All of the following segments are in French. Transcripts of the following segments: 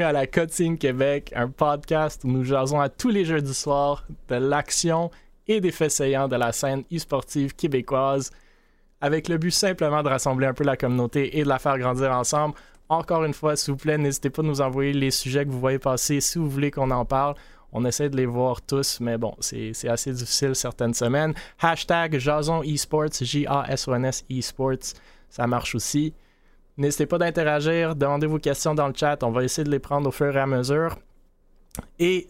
à la Cutting Québec, un podcast où nous jasons à tous les jeudis soirs de l'action et des faits saillants de la scène e-sportive québécoise, avec le but simplement de rassembler un peu la communauté et de la faire grandir ensemble. Encore une fois, s'il vous plaît, n'hésitez pas à nous envoyer les sujets que vous voyez passer si vous voulez qu'on en parle. On essaie de les voir tous, mais bon, c'est assez difficile certaines semaines. Hashtag Jason Esports, J-A-S-O-N-S Esports, ça marche aussi. N'hésitez pas d'interagir, demandez vos questions dans le chat, on va essayer de les prendre au fur et à mesure. Et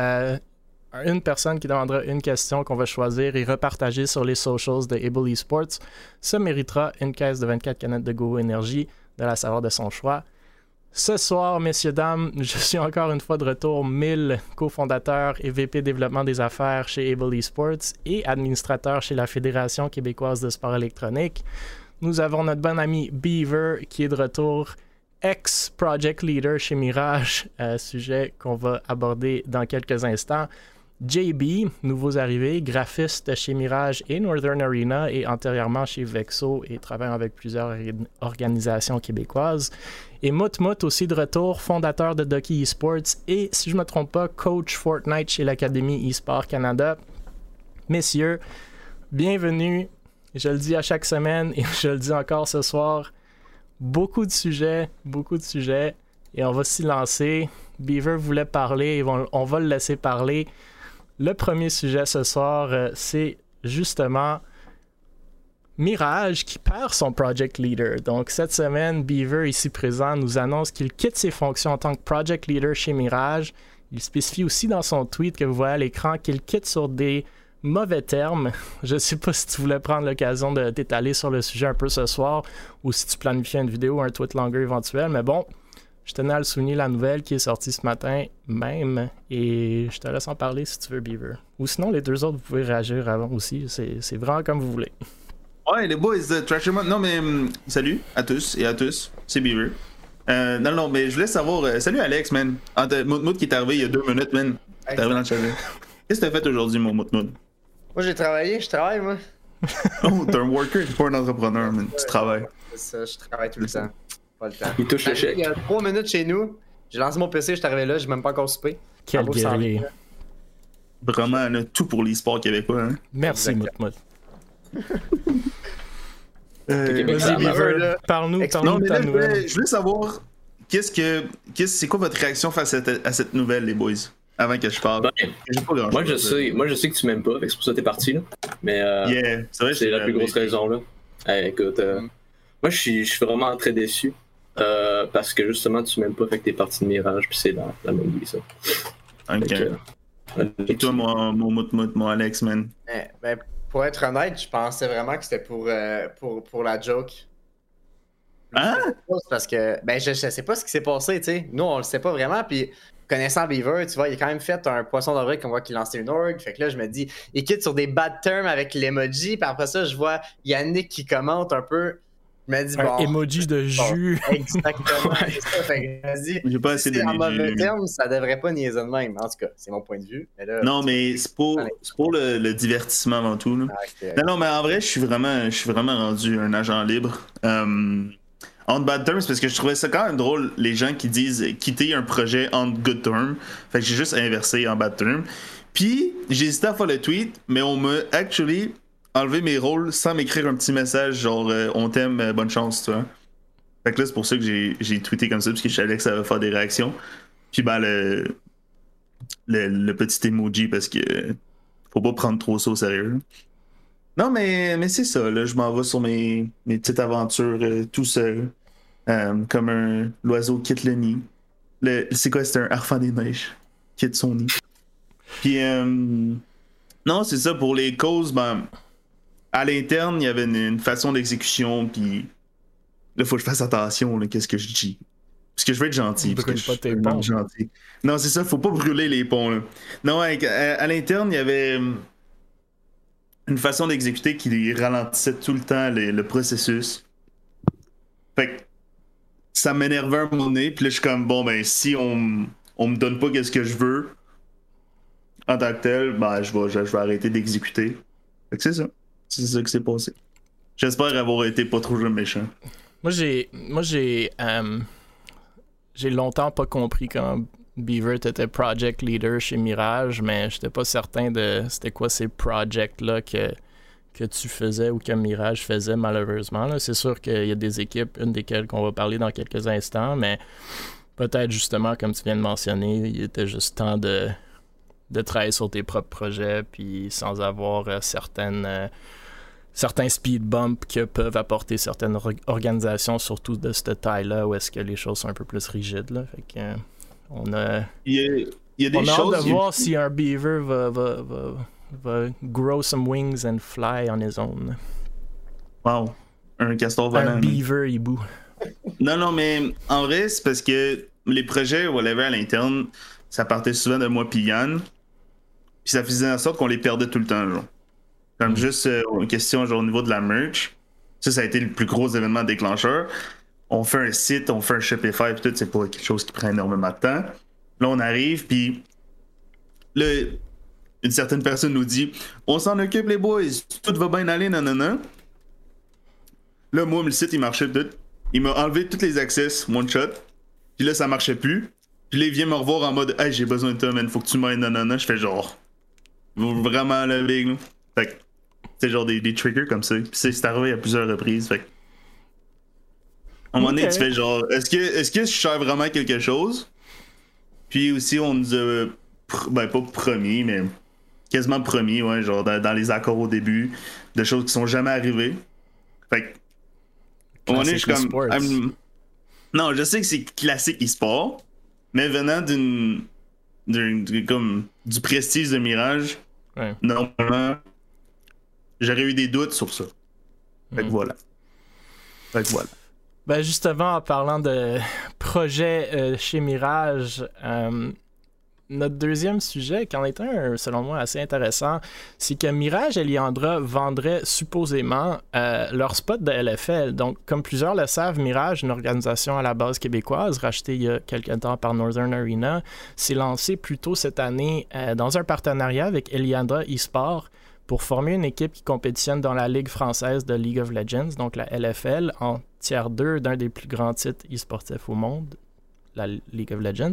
une personne qui demandera une question qu'on va choisir et repartager sur les socials de Able Esports se méritera une caisse de 24 canettes de Go Énergie de la saveur de son choix. Ce soir, messieurs, dames, je suis encore une fois de retour, 1000 cofondateur et VP développement des affaires chez Able Esports et administrateur chez la Fédération québécoise de sport électronique. Nous avons notre bon ami Beaver qui est de retour, ex-project leader chez Mirage, sujet qu'on va aborder dans quelques instants. JB, nouveaux arrivés, graphiste chez Mirage et Northern Arena et antérieurement chez Vexo et travaillant avec plusieurs organisations québécoises. Et Moutmout aussi de retour, fondateur de Ducky Esports et, si je ne me trompe pas, coach Fortnite chez l'Académie eSport Canada. Messieurs, bienvenue. Je le dis à chaque semaine et je le dis encore ce soir. Beaucoup de sujets et on va s'y lancer. Beaver voulait parler et on va le laisser parler. Le premier sujet ce soir, c'est justement Mirage qui perd son project leader. Donc cette semaine, Beaver, ici présent, nous annonce qu'il quitte ses fonctions en tant que project leader chez Mirage. Il spécifie aussi dans son tweet que vous voyez à l'écran qu'il quitte sur des mauvais termes. Je ne sais pas si tu voulais prendre l'occasion de t'étaler sur le sujet un peu ce soir ou si tu planifiais une vidéo ou un tweet longer éventuel, mais bon, je tenais à le souligner, la nouvelle qui est sortie ce matin même, et je te laisse en parler si tu veux, Beaver. Ou sinon, les deux autres, vous pouvez réagir avant aussi, c'est vraiment comme vous voulez. Ouais, les boys de Trasher Mode. Non, mais salut à tous et à tous, c'est Beaver. Non, mais je voulais savoir. Salut Alex, man. Moutmout qui est arrivé il y a 2 minutes, man. T'es arrivé dans le chalet. Qu'est-ce que t'as fait aujourd'hui, mon Moutmout? Moi, j'ai travaillé, je travaille, moi. Oh, t'es un worker, t'es pas un entrepreneur, man. Tu travailles. C'est ça, je travaille tout le temps. Pas le temps. Il touche le chèque. Il y a 3 minutes chez nous. J'ai lancé mon PC, je suis arrivé là, j'ai même pas encore soupé. Quel guerrier. Vraiment, on a tout pour l'e-sport québécois, hein. Merci, Moutmout. Vas-y, Beaver, parle-nous de ta nouvelle. Je voulais savoir, c'est quoi votre réaction face à cette nouvelle, les boys? Avant que je parle. Ben, moi, je sais que tu m'aimes pas, fait que c'est pour ça que t'es parti, là. Mais c'est vrai, c'est la plus grosse raison, là. Écoute, moi, je suis vraiment très déçu. Parce que justement, tu m'aimes pas, fait que t'es parti de Mirage, puis c'est la même vie, ça. Ok. Et toi, mon Alex, man? Ben, pour être honnête, je pensais vraiment que c'était pour la joke. Hein? Parce que, ben, je sais pas ce qui s'est passé, tu sais. Nous, on le sait pas vraiment, puis connaissant Beaver, tu vois, il a quand même fait un poisson d'avril qu'on voit qu'il lançait une org. Fait que là, je me dis, il quitte sur des bad terms avec l'emoji. Puis après ça, je vois Yannick qui commente un peu. Je me dis, bon. Emoji de jus. Exactement. C'est ça. Fait que je me dis, j'ai pas assez si c'est en d'emoji. mauvais termes, ça devrait pas niaiser de même. En tout cas, c'est mon point de vue. Mais là, non, mais c'est pour le divertissement avant tout. Là. Okay. Non, mais en vrai, je suis vraiment rendu un agent libre. On bad terms, parce que je trouvais ça quand même drôle, les gens qui disent quitter un projet en good terms. Fait que j'ai juste inversé en bad terms. Puis, j'ai hésité à faire le tweet, mais on m'a actually enlevé mes rôles sans m'écrire un petit message genre on t'aime, bonne chance, tu vois. Fait que là, c'est pour ça que j'ai tweeté comme ça, parce que je savais que ça allait faire des réactions. Puis, ben, le petit emoji, parce que faut pas prendre trop ça au sérieux. Non, mais c'est ça, là, je m'en vais sur mes petites aventures tout seul. Comme l'oiseau quitte le nid. C'est quoi, c'est un harfang des neiges. Quitte son nid. Puis, non, c'est ça, pour les causes, ben, à l'interne, il y avait une façon d'exécution, puis là, faut que je fasse attention, là, qu'est-ce que je dis. Parce que je veux être gentil. Parce que je suis vraiment gentil. Non, c'est ça, faut pas brûler les ponts, là. Non, à l'interne, il y avait une façon d'exécuter qui ralentissait tout le temps le processus. Fait que ça m'énervait un moment donné, puis là je suis comme bon ben si on me donne pas qu'est-ce que je veux en tant que tel, ben je vais arrêter d'exécuter. Fait que c'est ça qui s'est passé. J'espère avoir été pas trop méchant. Moi j'ai j'ai longtemps pas compris comment Beaver était project leader chez Mirage, mais j'étais pas certain de c'était quoi ces projects-là que tu faisais ou que Mirage faisait, malheureusement. Là. C'est sûr qu'il y a des équipes, une desquelles qu'on va parler dans quelques instants, mais peut-être justement, comme tu viens de mentionner, il était juste temps de travailler sur tes propres projets, puis sans avoir certains speed bumps que peuvent apporter certaines organisations, surtout de cette taille-là, où est-ce que les choses sont un peu plus rigides. Là. Fait que, on a Il y a des on a choses. hâte de voir si un beaver va grow some wings and fly on his own. Wow. Un castor Un volant. beaver hibou. Non, mais en vrai, c'est parce que les projets whatever à l'interne, ça partait souvent de moi pis Yann. Puis ça faisait en sorte qu'on les perdait tout le temps, genre. Comme juste une question genre au niveau de la merch. Ça a été le plus gros événement déclencheur. On fait un site, on fait un Shopify, puis tout, c'est pas quelque chose qui prend énormément de temps. Là, on arrive, puis là, une certaine personne nous dit « On s'en occupe, les boys, tout va bien aller, nanana. » Là, moi, le site, il marchait tout. Il m'a enlevé tous les access, one shot. Puis là, ça marchait plus. Puis là, il vient me revoir en mode « Hey, j'ai besoin de toi, man, faut que tu m'aides, nanana. » Je fais genre « Vraiment, le big, là. » Fait que c'est genre des triggers comme ça. Puis c'est arrivé à plusieurs reprises, fait que à un moment donné, tu fais genre, est-ce que je sers vraiment quelque chose? Puis aussi, on nous a, pas promis, mais quasiment promis, ouais, genre dans les accords au début, de choses qui sont jamais arrivées. Fait que, à un moment donné, je suis comme, non, je sais que c'est classique e-sport, mais venant comme du prestige de Mirage, ouais. Normalement, j'aurais eu des doutes sur ça. Fait que voilà. Ben justement, en parlant de projet chez Mirage, notre deuxième sujet, qui en est un, selon moi, assez intéressant, c'est que Mirage et Liandra vendraient supposément leur spot de LFL. Donc, comme plusieurs le savent, Mirage, une organisation à la base québécoise, rachetée il y a quelques temps par Northern Arena, s'est lancée plus tôt cette année dans un partenariat avec Liandra eSport pour former une équipe qui compétitionne dans la Ligue française de League of Legends, donc la LFL, en tiers 2 d'un des plus grands titres e-sportifs au monde, la League of Legends.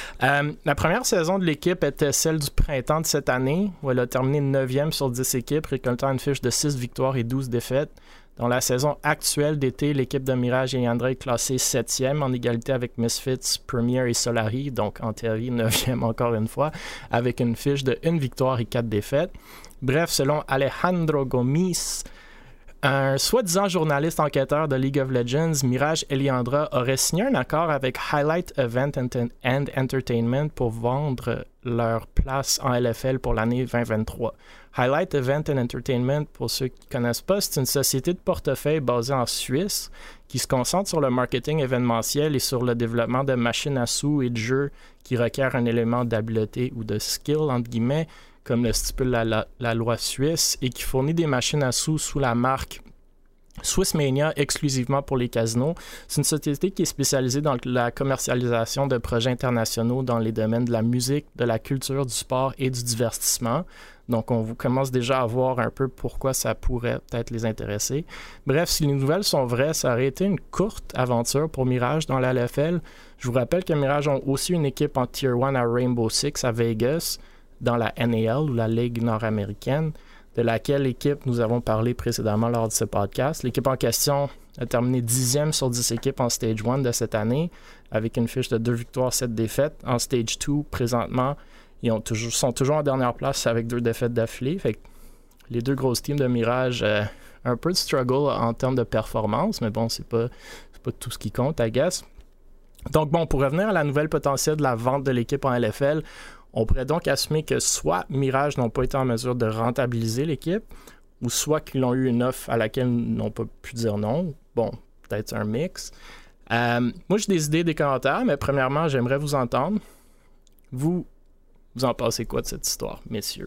La première saison de l'équipe était celle du printemps de cette année, où elle a terminé 9e sur 10 équipes, récoltant une fiche de 6 victoires et 12 défaites. Dans la saison actuelle d'été, l'équipe de Mirage et Liandra est classée 7e en égalité avec Misfits, Premier et Solari, donc en théorie 9e encore une fois, avec une fiche de 1 victoire et 4 défaites. Bref, selon Alejandro Gomis, un soi-disant journaliste enquêteur de League of Legends, Mirage et Liandra auraient signé un accord avec Highlight Event and Entertainment pour vendre leur place en LFL pour l'année 2023. Highlight Event and Entertainment, pour ceux qui ne connaissent pas, c'est une société de portefeuille basée en Suisse qui se concentre sur le marketing événementiel et sur le développement de machines à sous et de jeux qui requièrent un élément d'habileté ou de skill, entre guillemets, comme le stipule la loi suisse, et qui fournit des machines à sous la marque Swissmania exclusivement pour les casinos. C'est une société qui est spécialisée dans la commercialisation de projets internationaux dans les domaines de la musique, de la culture, du sport et du divertissement. Donc, on commence déjà à voir un peu pourquoi ça pourrait peut-être les intéresser. Bref, si les nouvelles sont vraies, ça aurait été une courte aventure pour Mirage dans la LFL. Je vous rappelle que Mirage ont aussi une équipe en Tier 1 à Rainbow Six à Vegas, dans la NAL ou la Ligue nord-américaine, de laquelle équipe nous avons parlé précédemment lors de ce podcast. L'équipe en question a terminé 10e sur 10 équipes en Stage 1 de cette année, avec une fiche de 2 victoires, 7 défaites. En Stage 2, présentement, ils sont toujours en dernière place avec 2 défaites d'affilée. Fait que les deux grosses teams de Mirage, un peu de struggle en termes de performance, mais bon, c'est pas tout ce qui compte, I guess. Donc bon, pour revenir à la nouvelle potentielle de la vente de l'équipe en LFL, on pourrait donc assumer que soit Mirage n'ont pas été en mesure de rentabiliser l'équipe, ou soit qu'ils ont eu une offre à laquelle ils n'ont pas pu dire non. Bon, peut-être un mix. Moi, j'ai des idées, des commentaires, mais premièrement, j'aimerais vous entendre. Vous en pensez quoi de cette histoire, messieurs?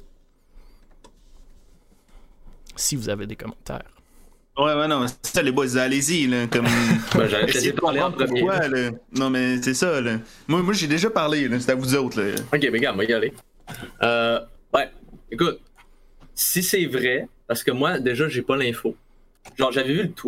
Si vous avez des commentaires. Ouais, non, c'est ça, les boys, allez-y, là, comme... J'allais essayer de parler en premier. Pourquoi, là? Non, mais c'est ça, là. Moi j'ai déjà parlé, là, c'est à vous autres, là. Ok, mais regarde, on va y aller. Ouais, écoute, si c'est vrai, parce que moi, déjà, j'ai pas l'info. Genre, j'avais vu le tweet,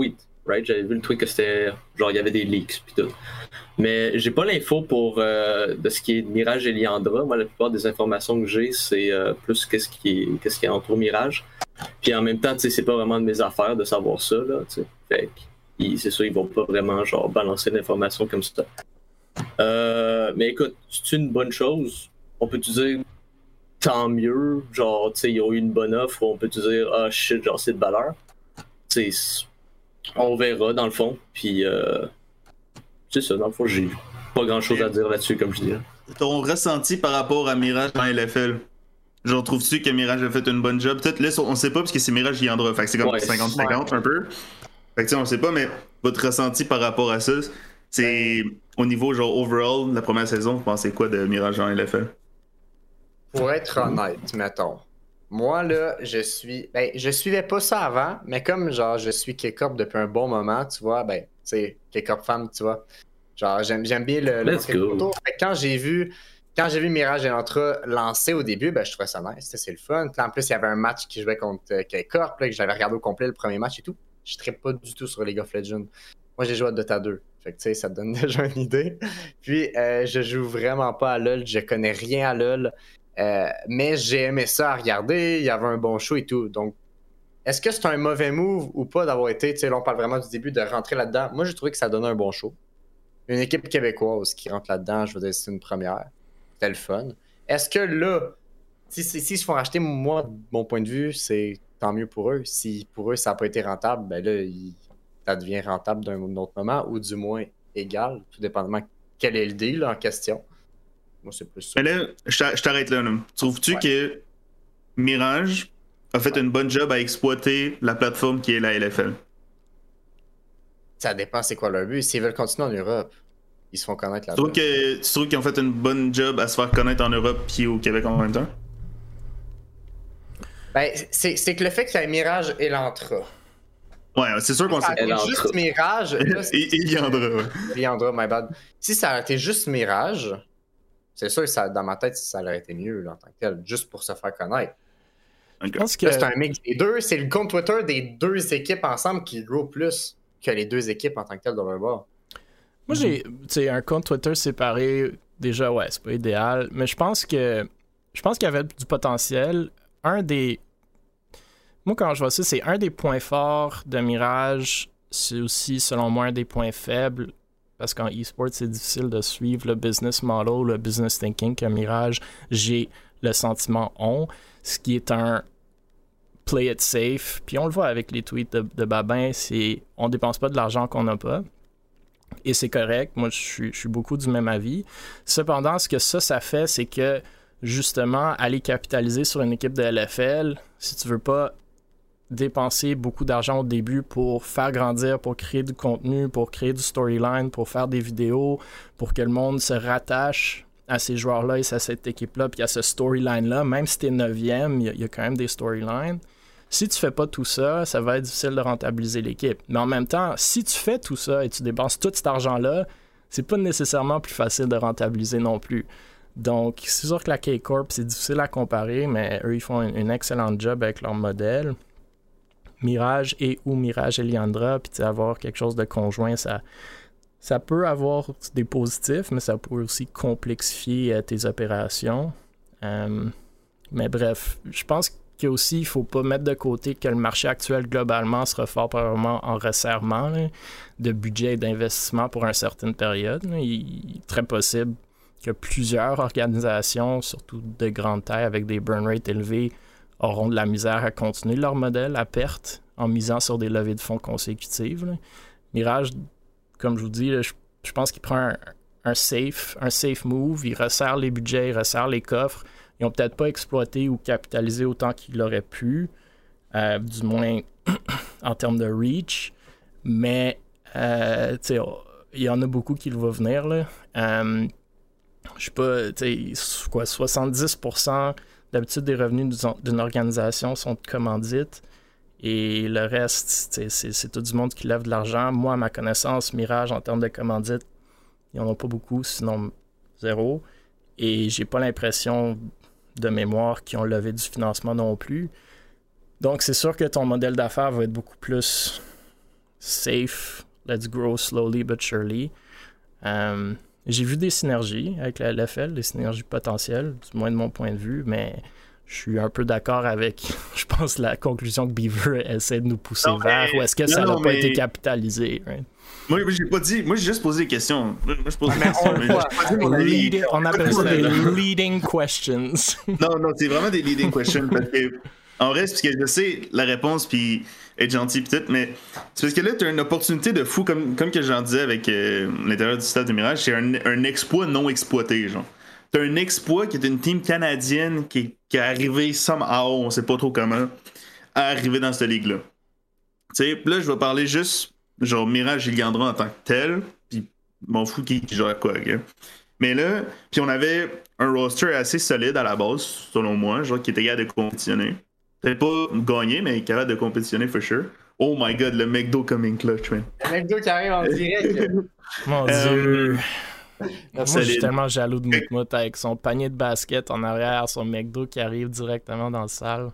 right? J'avais vu le tweet que c'était genre il y avait des leaks puis tout. Mais j'ai pas l'info pour de ce qui est Mirage et Liandra. Moi, la plupart des informations que j'ai, c'est plus qu'est-ce qui entoure Mirage. Puis en même temps, tu sais, c'est pas vraiment de mes affaires de savoir ça, là, tu sais. Fait que, c'est sûr, ils vont pas vraiment genre balancer l'information comme ça. Mais écoute, c'est une bonne chose. On peut te dire tant mieux, genre, tu sais, ils ont eu une bonne offre, ou on peut te dire ah shit, genre c'est de valeur. Tu sais, on verra dans le fond. Puis c'est ça, dans le fond, j'ai pas grand chose à dire là-dessus, comme je dis. Ton ressenti par rapport à Mirage dans LFL? Genre, trouves-tu que Mirage a fait une bonne job? Peut-être là, on sait pas parce que c'est Mirage Liandra. Fait que c'est comme 50-50 un peu. Fait que tu sais, on sait pas, mais votre ressenti par rapport à ça, c'est au niveau genre overall, la première saison, vous pensez quoi de Mirage en LFL? Pour être honnête, mettons. Moi, là, je suivais pas ça avant, mais comme, genre, je suis K-Corp depuis un bon moment, tu vois, ben, tu sais, K-Corp femme, tu vois. Genre, j'aime bien le photo. Quand j'ai vu Mirage et Elantra lancer au début, ben, je trouvais ça nice, c'est le fun. Puis en plus, il y avait un match qui jouait contre K-Corp, que j'avais regardé au complet le premier match et tout. Je ne pas du tout sur League of Legends. Moi, j'ai joué à Dota 2. Fait que, tu sais, ça te donne déjà une idée. Puis, je joue vraiment pas à LoL. Je connais rien à LoL. Mais j'ai aimé ça à regarder. Il y avait un bon show et tout. Donc, est-ce que c'est un mauvais move ou pas d'avoir été, tu sais, là, on parle vraiment du début, de rentrer là-dedans. Moi, j'ai trouvé que ça donnait un bon show. Une équipe québécoise qui rentre là-dedans, je veux dire, c'est une première. C'était le fun. Est-ce que là, si se font racheter, moi, de mon point de vue, c'est tant mieux pour eux. Si pour eux, ça n'a pas été rentable, ben là, ça devient rentable d'un autre moment, ou du moins égal, tout dépendamment quel est le deal en question. Moi, c'est plus ça. Mais là, je t'arrête là. Trouves-tu que Mirage a fait une bonne job à exploiter la plateforme qui est la LFL? Ça dépend c'est quoi leur but. S'ils veulent continuer en Europe, ils se font connaître là-bas. Tu trouves qu'ils ont fait une bonne job à se faire connaître en Europe et au Québec en même temps? Ben, c'est que le fait qu'il y ait Mirage et Elantra. Ouais, c'est sûr qu'on sait pas. Juste Mirage. Là, et Liandra, ouais. Liandra, my bad. Si ça aurait été juste Mirage, c'est sûr que dans ma tête, ça aurait été mieux là, en tant que tel, juste pour se faire connaître. Je pense que là, c'est un mix des deux. C'est le compte Twitter des deux équipes ensemble qui grow plus que les deux équipes en tant que tel dans leur bord. Moi, j'ai un compte Twitter séparé. Déjà, ouais, c'est pas idéal. Mais je pense qu'il y avait du potentiel. Moi, quand je vois ça, c'est un des points forts de Mirage. C'est aussi, selon moi, un des points faibles. Parce qu'en e-sport, c'est difficile de suivre le business model, le business thinking que Mirage, j'ai le sentiment, ont. Ce qui est un play it safe. Puis on le voit avec les tweets de Babin, c'est on dépense pas de l'argent qu'on n'a pas. Et c'est correct. Moi, je suis beaucoup du même avis. Cependant, ce que ça fait, c'est que justement, aller capitaliser sur une équipe de LFL, si tu veux pas dépenser beaucoup d'argent au début pour faire grandir, pour créer du contenu, pour créer du storyline, pour faire des vidéos, pour que le monde se rattache à ces joueurs-là et à cette équipe-là, puis à ce storyline-là, même si t'es 9e, il y a quand même des storylines. Si tu fais pas tout ça, ça va être difficile de rentabiliser l'équipe. Mais en même temps, si tu fais tout ça et tu dépenses tout cet argent-là, c'est pas nécessairement plus facile de rentabiliser non plus. Donc, c'est sûr que la K-Corp, c'est difficile à comparer, mais eux, ils font une excellente job avec leur modèle. Mirage et Liandra, puis avoir quelque chose de conjoint, ça peut avoir des positifs, mais ça peut aussi complexifier tes opérations. Mais bref, je pense qu'aussi, il ne faut pas mettre de côté que le marché actuel, globalement, sera fort probablement en resserrement de budget et d'investissement pour une certaine période. Il est très possible que plusieurs organisations, surtout de grande taille, avec des burn rates élevés, auront de la misère à continuer leur modèle à perte en misant sur des levées de fonds consécutives. Mirage, comme je vous dis, je pense qu'il prend un safe move, il resserre les budgets, il resserre les coffres. Ils n'ont peut-être pas exploité ou capitalisé autant qu'ils l'auraient pu, du moins en termes de reach, mais il y en a beaucoup qui le voient venir. Là. Je sais pas, 70% d'habitude des revenus d'une organisation sont de commandites et le reste, c'est tout du monde qui lève de l'argent. Moi, à ma connaissance, Mirage, en termes de commandites, ils n'en ont pas beaucoup, sinon zéro. Et j'ai pas l'impression de mémoire qu'ils ont levé du financement non plus. Donc, c'est sûr que ton modèle d'affaires va être beaucoup plus safe, let's grow slowly but surely. J'ai vu des synergies avec la LFL, des synergies potentielles, du moins de mon point de vue, mais je suis un peu d'accord avec, je pense, la conclusion que Beaver essaie de nous pousser vers, ou est-ce que ça n'a pas été capitalisé? Right? Moi, j'ai pas dit. Moi, j'ai juste posé des questions. Moi, je pose des Mais questions. On appelle ça des leading questions. Non, c'est vraiment des leading questions. Parce que, en vrai, c'est parce que je sais la réponse, puis être gentil, puis tout, mais c'est parce que là, t'as une opportunité de fou, comme que j'en disais avec l'intérieur du stade de Mirage, c'est un exploit non exploité, genre. T'as un exploit qui est une team canadienne qui est arrivée somehow, on sait pas trop comment, à arriver dans cette ligue-là. Tu sais, là, je vais parler juste, genre, Mirage et Liandra en tant que tel, puis m'en fous qui joue à quoi, ok? Mais là, puis on avait un roster assez solide à la base, selon moi, genre, qui était capable de compétitionner. Peut-être pas gagner, mais capable de compétitionner, for sure. Oh my god, le McDo coming clutch, man. Le McDo qui arrive en direct. Mon Dieu. Moi, je suis solide. tellement jaloux de Moutmout avec son panier de basket en arrière, son McDo qui arrive directement dans la salle.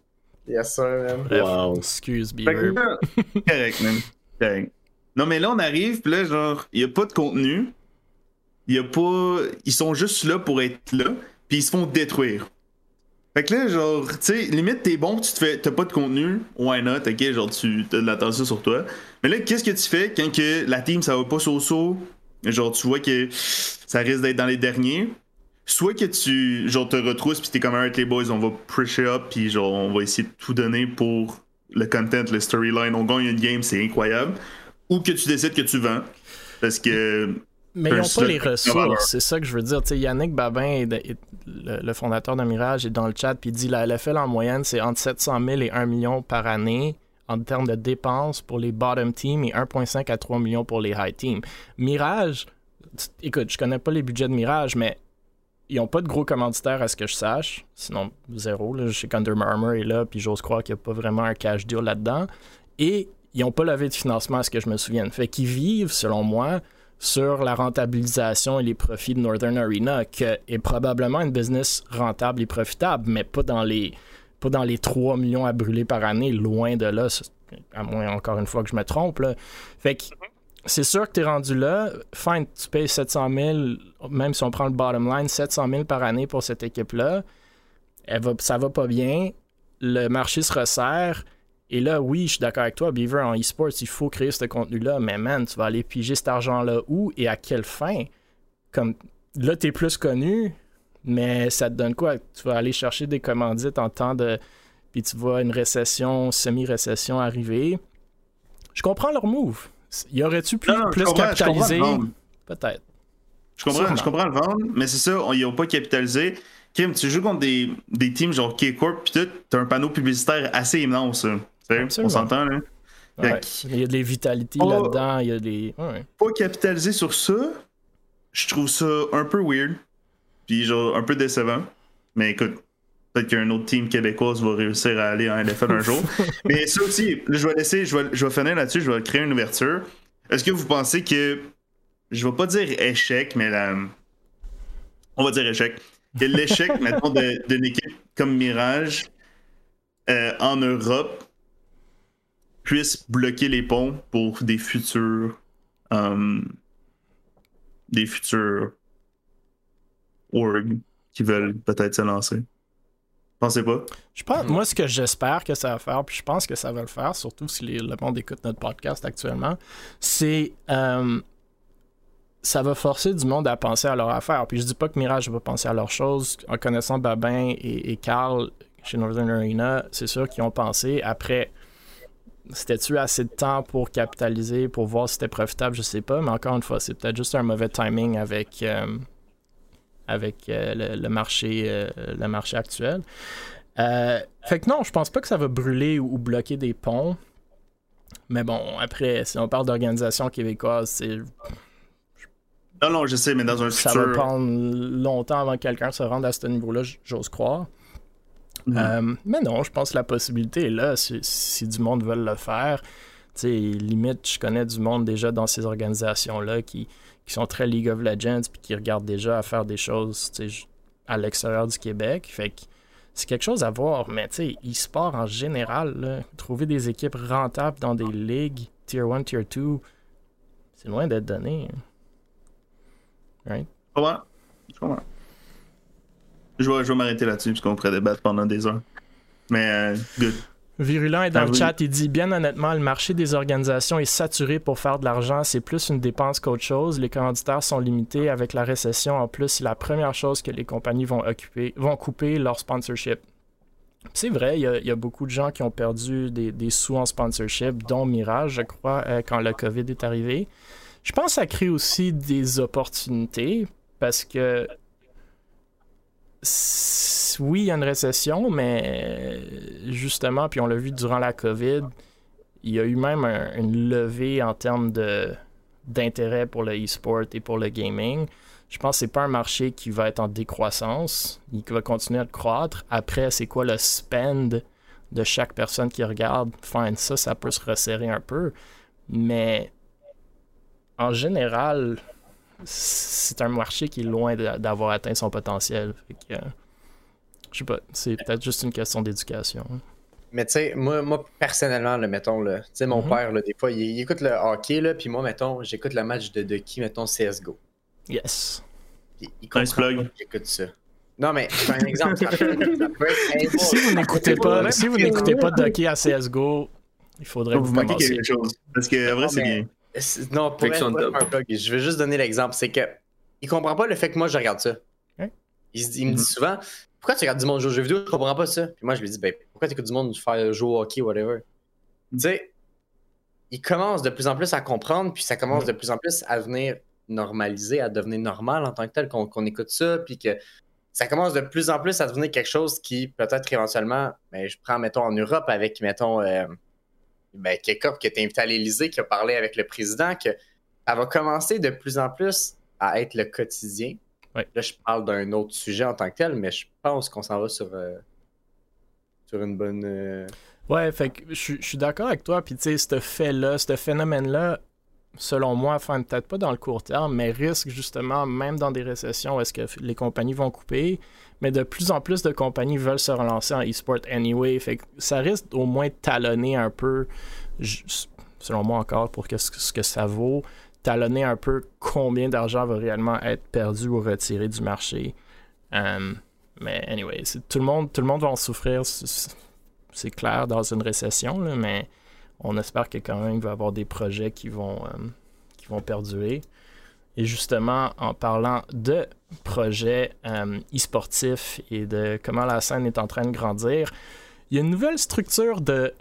Yes, sir, man. Bref, Wow. excuse, Fait que Beaver. là, correct, man. Correct. Non, mais là, on arrive, pis là, genre, il y a pas de contenu. Il y a pas. Ils sont juste là pour être là, puis ils se font détruire. Fait que là, genre, tu sais, limite, t'es bon, tu te fais. T'as pas de contenu, why not, ok, genre, tu t'as de l'attention sur toi. Mais là, qu'est-ce que tu fais quand que la team, ça va pas so-so? Genre, tu vois que ça risque d'être dans les derniers. Soit que tu, genre, te retrousses, pis t'es comme, alright, les boys, on va pusher up, pis genre, on va essayer de tout donner pour le content, le storyline. On gagne une game, c'est incroyable. Ou que tu décides que tu vends. Parce que. Mais ils n'ont pas les ressources, c'est ça que je veux dire. T'sais, Yannick Babin, le fondateur de Mirage, est dans le chat puis il dit la LFL en moyenne, c'est entre 700 000 et 1 million par année en termes de dépenses pour les bottom teams et 1,5 à 3 millions pour les high teams. Mirage, écoute, je connais pas les budgets de Mirage, mais ils n'ont pas de gros commanditaires à ce que je sache. Sinon, zéro. Là. Je sais qu'Under Armour est là, puis j'ose croire qu'il n'y a pas vraiment un cash deal là-dedans. Et ils n'ont pas levé de financement à ce que je me souvienne. Fait qu'ils vivent, selon moi, sur la rentabilisation et les profits de Northern Arena, qui est probablement une business rentable et profitable, mais pas dans les 3 millions à brûler par année, loin de là, à moins encore une fois que je me trompe. Là. Fait que c'est sûr que tu es rendu là, fine, tu payes 700 000, même si on prend le bottom line, 700 000 par année pour cette équipe-là, ça va pas bien, le marché se resserre. Et là, oui, je suis d'accord avec toi, Beaver, en e-sports, il faut créer ce contenu-là, mais man, tu vas aller piger cet argent-là où et à quelle fin? Comme là, t'es plus connu, mais ça te donne quoi? Tu vas aller chercher des commandites en temps de... Puis tu vois une récession, semi-récession arriver. Je comprends leur move. Y aurait-tu pu plus capitaliser? Peut-être. Je comprends le vendre, mais c'est ça, ils n'ont pas capitalisé. Kim, tu joues contre des teams genre K-Corp, pis tout, t'as un panneau publicitaire assez immense. On s'entend, là? Ouais. Il y a des vitalités là-dedans, il y a des... Ouais. Pas capitaliser sur ça, je trouve ça un peu weird, puis genre un peu décevant. Mais écoute, peut-être qu'un autre team québécoise va réussir à aller en LFL un jour. Mais ça aussi, là, je vais finir là-dessus, je vais créer une ouverture. Est-ce que vous pensez que, je vais pas dire échec, mais on va dire échec. Que l'échec, maintenant, d'une équipe comme Mirage en Europe puisse bloquer les ponts pour des futurs orgs qui veulent peut-être se lancer. Pensez pas? Je pense, moi, ce que j'espère que ça va faire, puis je pense que ça va le faire, surtout si le monde écoute notre podcast actuellement, c'est ça va forcer du monde à penser à leur affaire. Puis je dis pas que Mirage va penser à leurs choses. En connaissant Babin et Carl chez Northern Arena, c'est sûr qu'ils ont pensé. Après, c'était-tu assez de temps pour capitaliser, pour voir si c'était profitable, je sais pas. Mais encore une fois, c'est peut-être juste un mauvais timing avec le marché actuel. Fait que non, je pense pas que ça va brûler ou bloquer des ponts. Mais bon, après, si on parle d'organisation québécoise, c'est... Non, je sais, mais dans un futur... Ça va prendre longtemps avant que quelqu'un se rende à ce niveau-là, j'ose croire. Mais non, je pense que la possibilité est là, si du monde veut le faire. Tu sais, limite, je connais du monde déjà dans ces organisations-là qui sont très League of Legends puis qui regardent déjà à faire des choses à l'extérieur du Québec. Fait que c'est quelque chose à voir. Mais tu sais, e-sport en général, là, trouver des équipes rentables dans des ligues, Tier 1, Tier 2, c'est loin d'être donné. Right? Je comprends. Je vais m'arrêter là-dessus, parce qu'on pourrait débattre pendant des heures. Mais, good. Virulent est dans le chat, il dit bien honnêtement, le marché des organisations est saturé pour faire de l'argent, c'est plus une dépense qu'autre chose. Les commanditaires sont limités avec la récession. En plus, c'est la première chose que les compagnies vont couper leur sponsorship. C'est vrai, il y a beaucoup de gens qui ont perdu des sous en sponsorship, dont Mirage, je crois, quand le COVID est arrivé. Je pense que ça crée aussi des opportunités parce que oui, il y a une récession, mais justement, puis on l'a vu durant la COVID, il y a eu même une levée en termes d'intérêt pour le e-sport et pour le gaming. Je pense que c'est pas un marché qui va être en décroissance, il va continuer à croître. Après, c'est quoi le spend de chaque personne qui regarde? Fine, ça peut se resserrer un peu, mais en général, c'est un marché qui est loin d'avoir atteint son potentiel. Fait que, je sais pas, c'est peut-être juste une question d'éducation. Mais tu sais, moi personnellement, là, mettons, tu sais, mon père, là, des fois, il écoute le hockey, là, puis moi, mettons, j'écoute le match de qui, mettons, CSGO. Yes. Puis il comprend Nice plug. pas que j'écoute ça. Non, mais c'est un exemple. Ça peut être Si vous n'écoutez pas de hockey à CSGO, il faudrait que Vous vous manquez commenciez. quelque chose. Parce que, en vrai, c'est bien. Non, pour être Fiction pas top. un plug, je vais juste donner l'exemple. C'est que il comprend pas le fait que moi, je regarde ça. Hein? Il me dit souvent, pourquoi tu regardes du monde jouer aux jeux vidéo? Je comprends pas ça. Puis moi, je lui dis, ben, pourquoi tu écoutes du monde faire jouer au hockey, whatever? Tu sais, il commence de plus en plus à comprendre, puis ça commence de plus en plus à devenir normalisé, à devenir normal en tant que tel, qu'on écoute ça, puis que ça commence de plus en plus à devenir quelque chose qui, peut-être éventuellement, ben, je prends, mettons, en Europe avec, mettons, Kekop qui a été invité à l'Élysée, qui a parlé avec le président, que ça va commencer de plus en plus à être le quotidien. Ouais. Là, je parle d'un autre sujet en tant que tel, mais je pense qu'on s'en va sur une bonne... Ouais, fait que je suis d'accord avec toi. Puis tu sais, ce phénomène-là, selon moi, enfin peut-être pas dans le court terme, mais risque justement, même dans des récessions, où est-ce que les compagnies vont couper, mais de plus en plus de compagnies veulent se relancer en e-sport anyway. Fait que ça risque au moins de talonner un peu, selon moi encore, pour ce que ça vaut, talonner un peu combien d'argent va réellement être perdu ou retiré du marché. Mais anyway, tout le monde va en souffrir, c'est clair, dans une récession, là, mais on espère que quand même il va y avoir des projets qui vont perdurer. Et justement, en parlant de projets e-sportifs et de comment la scène est en train de grandir, il y a une nouvelle structure de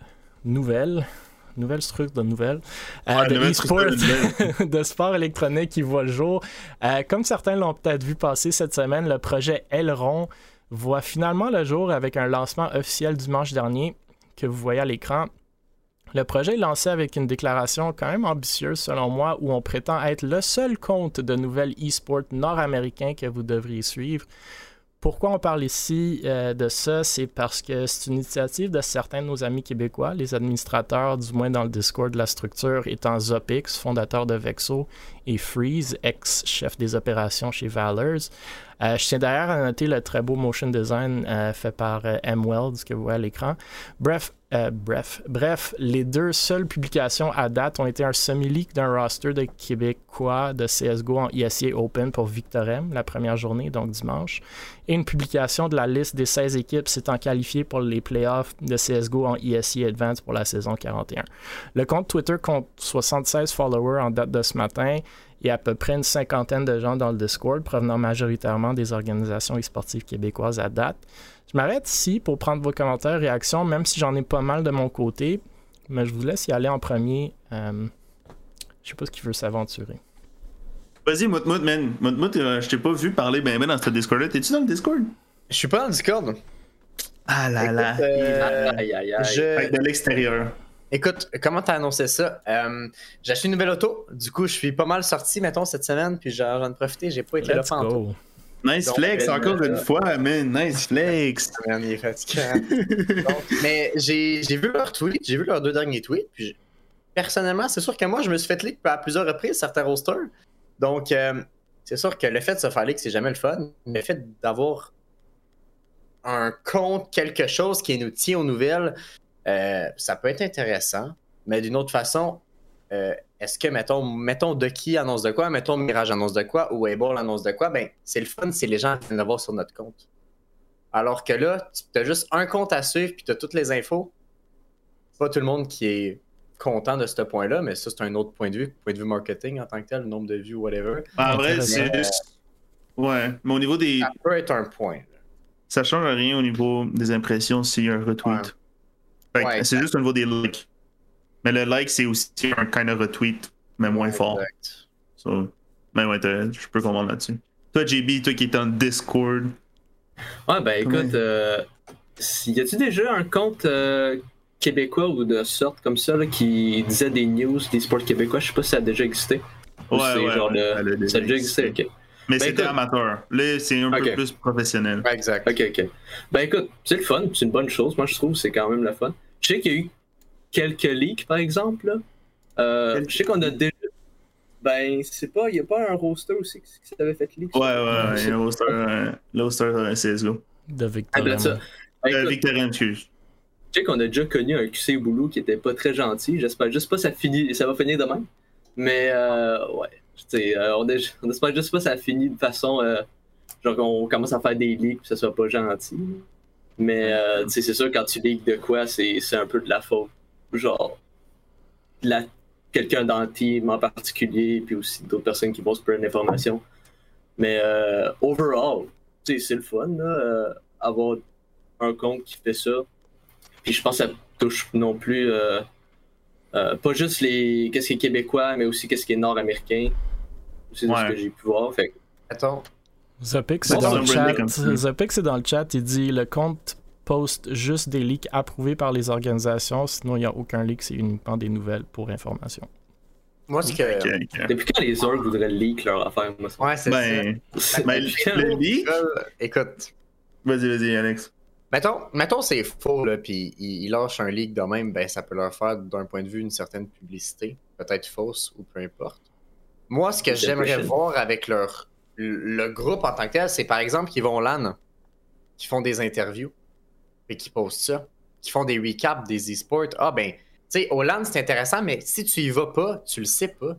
e-sport, de sport électronique qui voit le jour. Comme certains l'ont peut-être vu passer cette semaine, le projet Aileron voit finalement le jour avec un lancement officiel dimanche dernier que vous voyez à l'écran. Le projet est lancé avec une déclaration quand même ambitieuse selon moi où on prétend être le seul compte de nouvelles e-sport nord-américain que vous devriez suivre. Pourquoi on parle ici de ça? C'est parce que c'est une initiative de certains de nos amis québécois, les administrateurs, du moins dans le Discord de la structure, étant Zopix, fondateur de Vexo, et Freeze, ex-chef des opérations chez Valors. Je tiens d'ailleurs à noter le très beau motion design fait par M. Wells que vous voyez à l'écran. Bref, les deux seules publications à date ont été un semi-leak d'un roster de Québécois de CSGO en ISA Open pour Victorem, la première journée, donc dimanche, et une publication de la liste des 16 équipes s'étant qualifiées pour les playoffs de CSGO en ISA Advance pour la saison 41. Le compte Twitter compte 76 followers en date de ce matin et à peu près une cinquantaine de gens dans le Discord, provenant majoritairement des organisations e-sportives québécoises à date. Je m'arrête ici pour prendre vos commentaires, réactions, même si j'en ai pas mal de mon côté, mais je vous laisse y aller en premier. Je sais pas ce qui veut s'aventurer. Vas-y, Moutmout, man. Moutmout, je t'ai pas vu parler ben dans ce Discord-là. T'es-tu dans le Discord? Je suis pas dans le Discord. Ah là là. Aïe, aïe, aïe. De l'extérieur. Écoute, comment t'as annoncé ça? J'ai acheté une nouvelle auto. Du coup, je suis pas mal sorti, mettons, cette semaine. Puis j'en ai profité. J'ai pas été Let's là pendant go. Nice Donc, flex, encore une fois, man. Nice flex. Man, il est fatigant. Donc, mais j'ai vu leurs tweets, j'ai vu leurs 2 derniers tweets. Puis personnellement, c'est sûr que moi, je me suis fait leak à plusieurs reprises certains rosters. Donc, c'est sûr que le fait de se faire leak, c'est jamais le fun. Le fait d'avoir un compte, quelque chose qui nous tient aux nouvelles, ça peut être intéressant. Mais d'une autre façon, est-ce que, mettons Ducky annonce de quoi, mettons Mirage annonce de quoi, ou Able annonce de quoi, ben c'est le fun si les gens viennent le voir sur notre compte. Alors que là, tu as juste un compte à suivre puis tu as toutes les infos. C'est pas tout le monde qui est content de ce point-là, mais ça, c'est un autre point de vue marketing en tant que tel, le nombre de vues, whatever. En vrai, c'est juste. Ouais, mais au niveau des. Ça peut être un point. Ça change rien au niveau des impressions s'il y a un retweet. Fait que c'est juste au niveau des likes. Mais le like, c'est aussi un kind of retweet, mais moins fort. So, mais ouais, je peux comprendre là-dessus. Toi, JB, toi qui es en Discord. Ouais, ben écoute, y a-tu déjà un compte québécois ou de sorte comme ça là, qui disait des news des sports québécois? Je sais pas si ça a déjà existé. Ouais, ça a déjà existé, ok. Mais ben, c'était amateur. Là, c'est un peu plus professionnel. Ouais, exact. Ok. Ben écoute, c'est le fun, c'est une bonne chose. Moi, je trouve que c'est quand même le fun. Je sais qu'il y a eu quelques leaks, par exemple. Là. Je sais qu'on a déjà. Ben, c'est pas. Il n'y a pas un roster aussi qui s'avait fait leak. Ouais, il y a un roster. Le roster CSGO. De Victorien. Victorien, excuse. Je sais qu'on a déjà connu un QC Boulou qui était pas très gentil. J'espère juste pas que ça va finir de même. Mais, ouais. On espère juste pas que ça finit de façon. Genre qu'on commence à faire des leaks et que ça soit pas gentil. Mais, c'est sûr, quand tu leaks de quoi, c'est un peu de la faute. Genre, quelqu'un dans le team en particulier, puis aussi d'autres personnes qui vont se prendre l'information. Mais overall, c'est le fun, là, avoir un compte qui fait ça. Puis je pense que ça touche non plus pas juste qu'est-ce qui est québécois, mais aussi qu'est-ce qui est nord-américain. C'est ce que j'ai pu voir. Fait. Attends. Zopix, c'est dans le chat. Zopix, c'est dans le chat. Il dit le compte poste juste des leaks approuvés par les organisations, sinon il n'y a aucun leak, c'est uniquement des nouvelles pour information. Moi, c'est que. Depuis quand les orgs voudraient leak leur affaire? Moi, ouais, c'est ça. Le leak. Écoute. Vas-y, Alex. Mettons c'est faux, là, puis ils lâchent un leak de même, ben ça peut leur faire, d'un point de vue, une certaine publicité, peut-être fausse ou peu importe. Moi, ce que j'aimerais voir avec le groupe en tant que tel, c'est par exemple qu'ils vont LAN, qui font des interviews, et qui postent ça, qui font des recaps des e-sports. Ah ben, tu sais, au LAN, c'est intéressant, mais si tu y vas pas, tu le sais pas.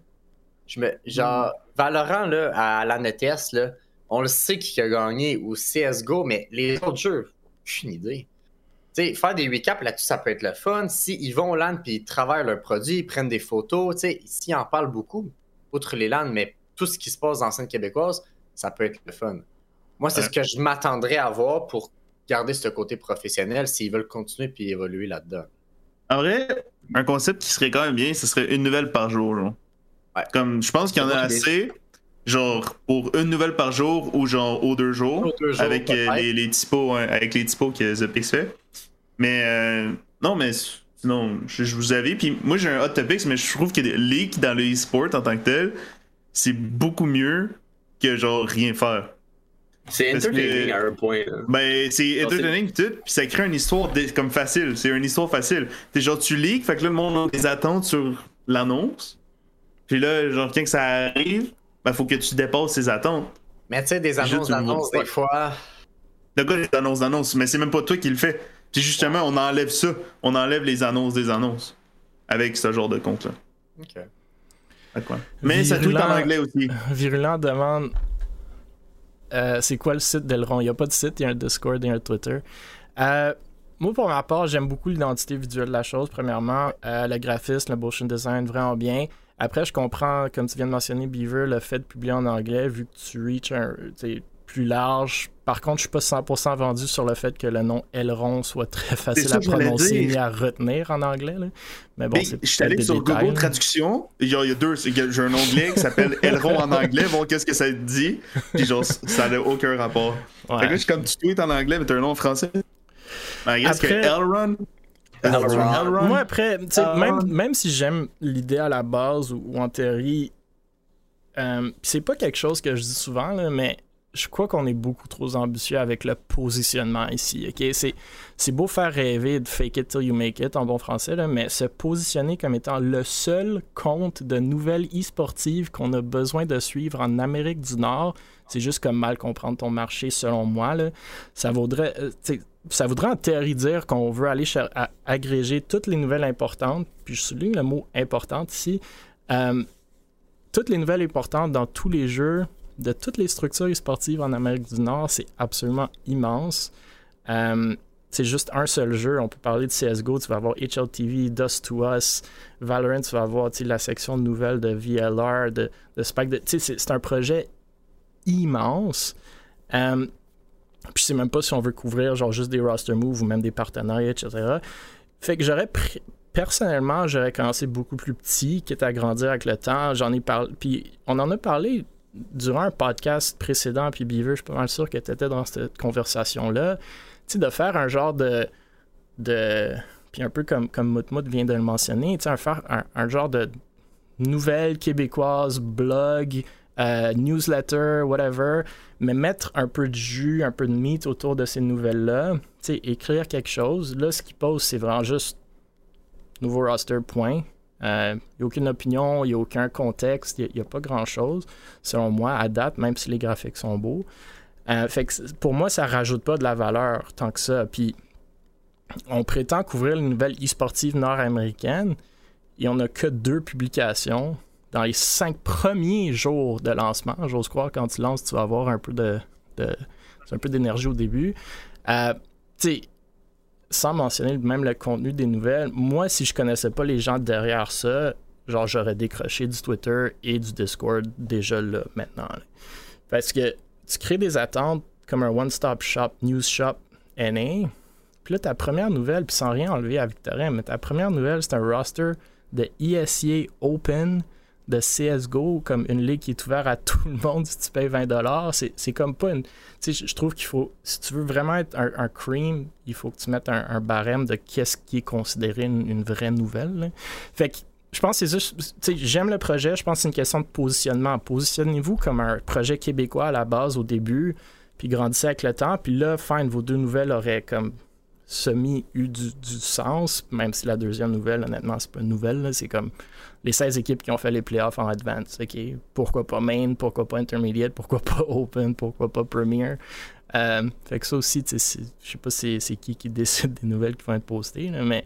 Genre, Valorant, là, à LAN ETS, là, on le sait qui a gagné, ou CSGO, mais les autres jeux, aucune idée. Tu sais, faire des recaps là-dessus, ça peut être le fun. S'ils vont au LAN puis ils travaillent leurs produits, ils prennent des photos, tu sais, ici, ils en parlent beaucoup, outre les LAN, mais tout ce qui se passe dans la scène québécoise, ça peut être le fun. Moi, c'est ce que je m'attendrais à voir pour garder ce côté professionnel s'ils veulent continuer puis évoluer là-dedans. En vrai, un concept qui serait quand même bien, ce serait une nouvelle par jour. Genre. Ouais. Comme, je pense qu'il y en a assez, genre, pour une nouvelle par jour ou genre aux 2 jours, avec les typos, avec les typos que Zopix fait. Mais, non, mais sinon, je vous avais. Puis moi, j'ai un hot topics, mais je trouve que les leaks dans le e-sport en tant que tel, c'est beaucoup mieux que genre rien faire. C'est entertaining à un point. Là. Ben, c'est entertaining pis tout, pis ça crée une histoire comme facile. C'est une histoire facile. T'es genre, tu leaks, fait que là, le monde a des attentes sur l'annonce. Puis là, genre, quand que ça arrive, ben, faut que tu dépasses ces attentes. Mais tu sais, des annonces, des fois. Le gars, des annonces, mais c'est même pas toi qui le fais. Puis justement, on enlève ça. On enlève les annonces des annonces. Avec ce genre de compte-là. Ok. Quoi. Mais ça tweet en anglais aussi. Virulent demande. C'est quoi le site d'Aileron? Il n'y a pas de site, il y a un Discord et un Twitter. Moi, pour ma part, j'aime beaucoup l'identité visuelle de la chose. Premièrement, le graphisme, le motion design, vraiment bien. Après, je comprends, comme tu viens de mentionner, Beaver, le fait de publier en anglais, vu que tu reach plus large. Par contre, je suis pas 100% vendu sur le fait que le nom Aileron soit très facile à prononcer ni à retenir en anglais. Là. Mais bon, c'est je suis allé sur détails, Google Traduction. Il y a deux. J'ai un onglet qui s'appelle Aileron en anglais. Voir qu'est-ce que ça te dit. Puis genre, ça n'a aucun rapport. Ouais. Fait que là, je suis comme tu tweets en anglais, mais t'as un nom en français. Mais après, que Elrond. Moi, après, même si j'aime l'idée à la base ou en théorie, c'est pas quelque chose que je dis souvent, là, mais je crois qu'on est beaucoup trop ambitieux avec le positionnement ici. Okay? C'est beau faire rêver de fake it till you make it en bon français, là, mais se positionner comme étant le seul compte de nouvelles e-sportives qu'on a besoin de suivre en Amérique du Nord, c'est juste comme mal comprendre ton marché selon moi. Là. Ça voudrait en théorie dire qu'on veut aller agréger toutes les nouvelles importantes, puis je souligne le mot importante ici, toutes les nouvelles importantes dans tous les jeux de toutes les structures e-sportives en Amérique du Nord, c'est absolument immense. C'est juste un seul jeu. On peut parler de CSGO, tu vas avoir HLTV, Dust to Us, Valorant, tu vas avoir la section de nouvelles de VLR, de Spike. C'est un projet immense. Puis je sais même pas si on veut couvrir genre juste des roster moves ou même des partenariats, etc. Fait que personnellement, j'aurais commencé beaucoup plus petit, quitte à grandir avec le temps. J'en ai parlé, puis on en a parlé durant un podcast précédent, puis Beaver, je suis pas mal sûr que tu étais dans cette conversation-là, tu sais, de faire un genre de puis un peu comme Moutmout vient de le mentionner, tu sais, faire un genre de nouvelle québécoise, blog, newsletter, whatever, mais mettre un peu de jus, un peu de meat autour de ces nouvelles-là, tu sais, écrire quelque chose. Là, ce qui pose, c'est vraiment juste nouveau roster, point. Il n'y a aucune opinion, il n'y a aucun contexte, il n'y a pas grand-chose, selon moi, à date, même si les graphiques sont beaux. Fait que pour moi, ça ne rajoute pas de la valeur tant que ça. Puis, on prétend couvrir les nouvelles e-sportives nord-américaines et on n'a que 2 publications dans les 5 premiers jours de lancement. J'ose croire, quand tu lances, tu vas avoir un peu d'énergie au début. Tu sais, sans mentionner même le contenu des nouvelles, moi, si je connaissais pas les gens derrière ça, genre, j'aurais décroché du Twitter et du Discord déjà là, maintenant. Là. Parce que tu crées des attentes comme un one-stop shop, news shop, NA, puis là, ta première nouvelle, puis sans rien enlever à Victorin, mais ta première nouvelle, c'est un roster de ESEA Open de CSGO, comme une ligue qui est ouverte à tout le monde si tu payes $20. C'est comme pas une... Tu sais, je trouve qu'il faut... Si tu veux vraiment être un cream, il faut que tu mettes un barème de qu'est-ce qui est considéré une vraie nouvelle. Là. Fait que je pense que c'est juste... Tu sais, j'aime le projet, je pense que c'est une question de positionnement. Positionnez-vous comme un projet québécois à la base au début, puis grandissez avec le temps, puis là, fine, vos 2 nouvelles auraient comme semi eu du sens, même si la deuxième nouvelle, honnêtement, c'est pas une nouvelle, là, c'est comme les 16 équipes qui ont fait les playoffs en advance. Okay? Pourquoi pas Main, pourquoi pas Intermediate, pourquoi pas Open, pourquoi pas Premier. Fait que ça aussi, je sais pas c'est qui décide des nouvelles qui vont être postées, là, mais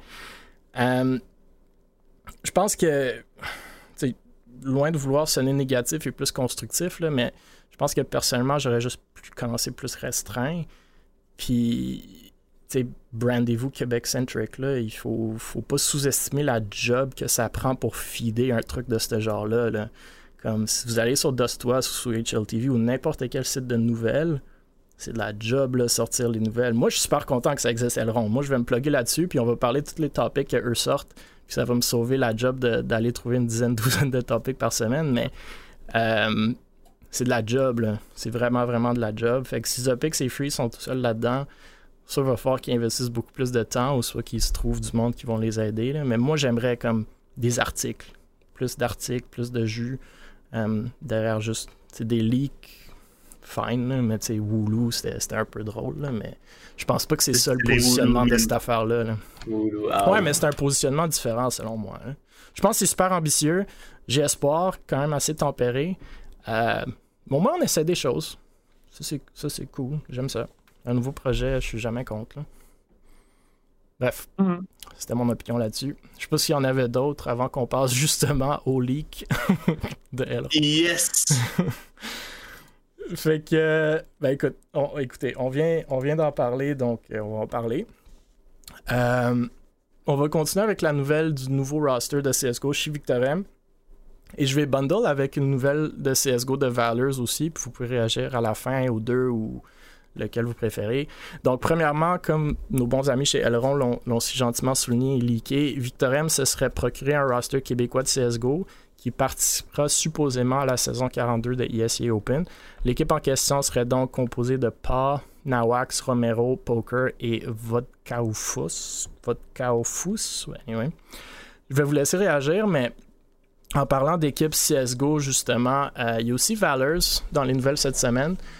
je pense que, loin de vouloir sonner négatif et plus constructif, là, mais je pense que personnellement, j'aurais juste commencé plus restreint. Puis, brandez-vous Québec-centric, là. Il faut pas sous-estimer la job que ça prend pour feeder un truc de ce genre-là. Là. Comme si vous allez sur Dust2Us ou sur HLTV ou n'importe quel site de nouvelles, c'est de la job, là, sortir les nouvelles. Moi, je suis super content que ça existe Aileron. Moi, je vais me plugger là-dessus, puis on va parler de tous les topics qu'eux sortent, puis ça va me sauver la job d'aller trouver une douzaine de topics par semaine, mais c'est de la job, là. C'est vraiment, vraiment de la job. Fait que si Zopix et Free sont tout seuls là-dedans, soit il va falloir qu'ils investissent beaucoup plus de temps ou soit qu'ils se trouvent du monde qui vont les aider. Là. Mais moi, j'aimerais comme des articles. Plus d'articles, plus de jus. Derrière juste des leaks, fine. Là, mais tu sais, Woulou, c'était un peu drôle. Là, mais je pense pas que c'est ça le positionnement de cette affaire-là. Là. Woulou, ouais, mais c'est un positionnement différent selon moi. Là. Je pense que c'est super ambitieux. J'ai espoir, quand même assez tempéré. Bon, moi, on essaie des choses. Ça, c'est cool. J'aime ça. Un nouveau projet, je suis jamais contre. Là. Bref, c'était mon opinion là-dessus. Je sais pas s'il y en avait d'autres avant qu'on passe justement au leak de Aileron. Yes! Fait que, écoutez, on vient d'en parler, donc on va en parler. On va continuer avec la nouvelle du nouveau roster de CSGO chez Victorin. Et je vais bundle avec une nouvelle de CSGO de Valors aussi, puis vous pouvez réagir à la fin aux 2 ou lequel vous préférez. Donc, premièrement, comme nos bons amis chez Aileron l'ont si gentiment souligné et leaké, Victorin se serait procuré un roster québécois de CSGO qui participera supposément à la saison 42 de ESEA Open. L'équipe en question serait donc composée de Pa, Nawax, Romero, Poker et Vodkaoufous. Anyway. Je vais vous laisser réagir, mais en parlant d'équipe CSGO, justement, il y a aussi Valors dans les nouvelles cette semaine.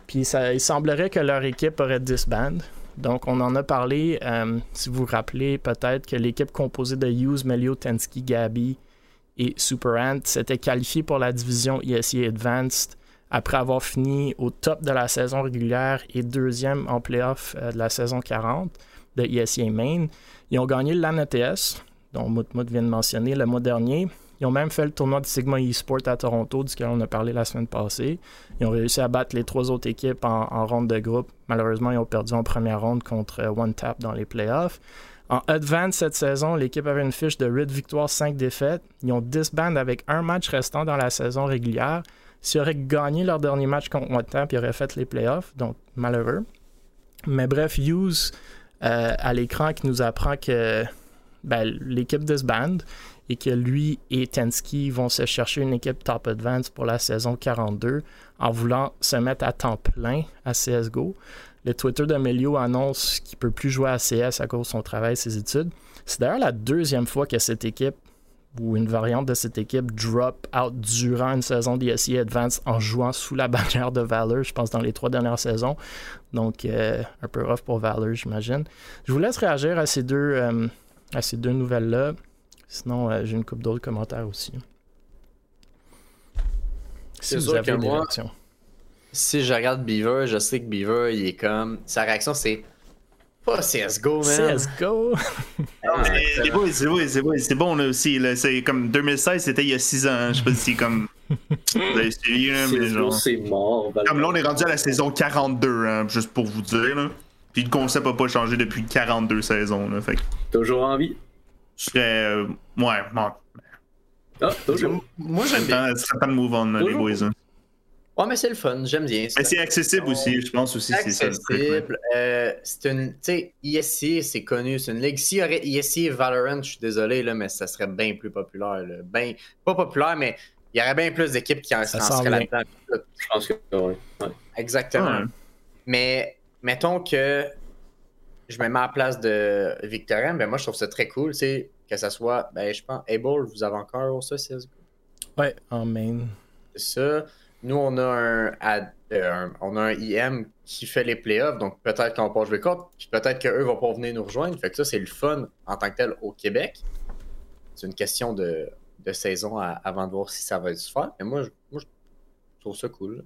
Puis il semblerait que leur équipe aurait disband. Donc, on en a parlé, si vous vous rappelez, peut-être que l'équipe composée de Hughes, Melio, Tensky, Gabi et Super Ant s'était qualifiée pour la division ESEA Advanced après avoir fini au top de la saison régulière et deuxième en playoff de la saison 40 de ESEA Main. Ils ont gagné l'ANATS, dont Moutmout vient de mentionner, le mois dernier. Ils ont même fait le tournoi du Sigma eSport à Toronto, duquel on a parlé la semaine passée. Ils ont réussi à battre les 3 autres équipes en ronde de groupe. Malheureusement, ils ont perdu en première ronde contre One Tap dans les playoffs. En Advance cette saison, l'équipe avait une fiche de 8 victoires, 5 défaites. Ils ont disband avec un match restant dans la saison régulière. S'ils auraient gagné leur dernier match contre One Tap, ils auraient fait les playoffs, donc malheureux. Mais bref, Hughes, à l'écran, qui nous apprend que l'équipe disband et que lui et Tensky vont se chercher une équipe Top Advance pour la saison 42 en voulant se mettre à temps plein à CSGO. Le Twitter de Melio annonce qu'il ne peut plus jouer à CS à cause de son travail et ses études. C'est d'ailleurs la deuxième fois que cette équipe, ou une variante de cette équipe, drop out durant une saison d'ESEA Advance en jouant sous la bannière de Valor, je pense dans les 3 dernières saisons. Donc, un peu rough pour Valor, j'imagine. Je vous laisse réagir à ces deux nouvelles-là. Sinon, j'ai une couple d'autres commentaires aussi. Si vous avez des réactions. Si je regarde Beaver, je sais que Beaver, il est comme... Sa réaction, c'est... Pas CSGO, man. CSGO! C'est bon là aussi. Là. C'est comme 2016, c'était il y a 6 ans. Hein. Je sais pas si c'est comme... Vous avez suivi, là, mais genre... C'est mort. Comme là, on est rendu à la saison 42, hein, juste pour vous dire. Là. Puis le concept n'a pas changé depuis 42 saisons. Là, fait que... Toujours en vie? Je serais... ouais, bon. Ah, toujours. Moi, j'aime bien. Ce serait pas de move on, les boys. Hein. Ouais, mais c'est le fun, j'aime bien. Mais c'est accessible aussi, je pense aussi. C'est accessible. C'est une. Tu sais, ESC, c'est connu, c'est une ligue. S'il y aurait ESC et Valorant, je suis désolé, là, mais ça serait bien plus populaire. Là. Ben, pas populaire, mais il y aurait bien plus d'équipes qui en seraient là-dedans. Je pense que oui. Ouais. Exactement. Ouais. Mais mettons que je me mets à la place de Victorien, ben moi je trouve ça très cool, tu sais, que ça soit, ben je pense, Able, vous avez encore ça, CSGO? Ouais, en main. C'est ça. Nous, on a un IM qui fait les playoffs, donc peut-être qu'on va jouer contre, puis peut-être qu'eux vont pas venir nous rejoindre. Fait que ça, c'est le fun en tant que tel au Québec. C'est une question de saison avant de voir si ça va se faire. Mais moi, je trouve ça cool.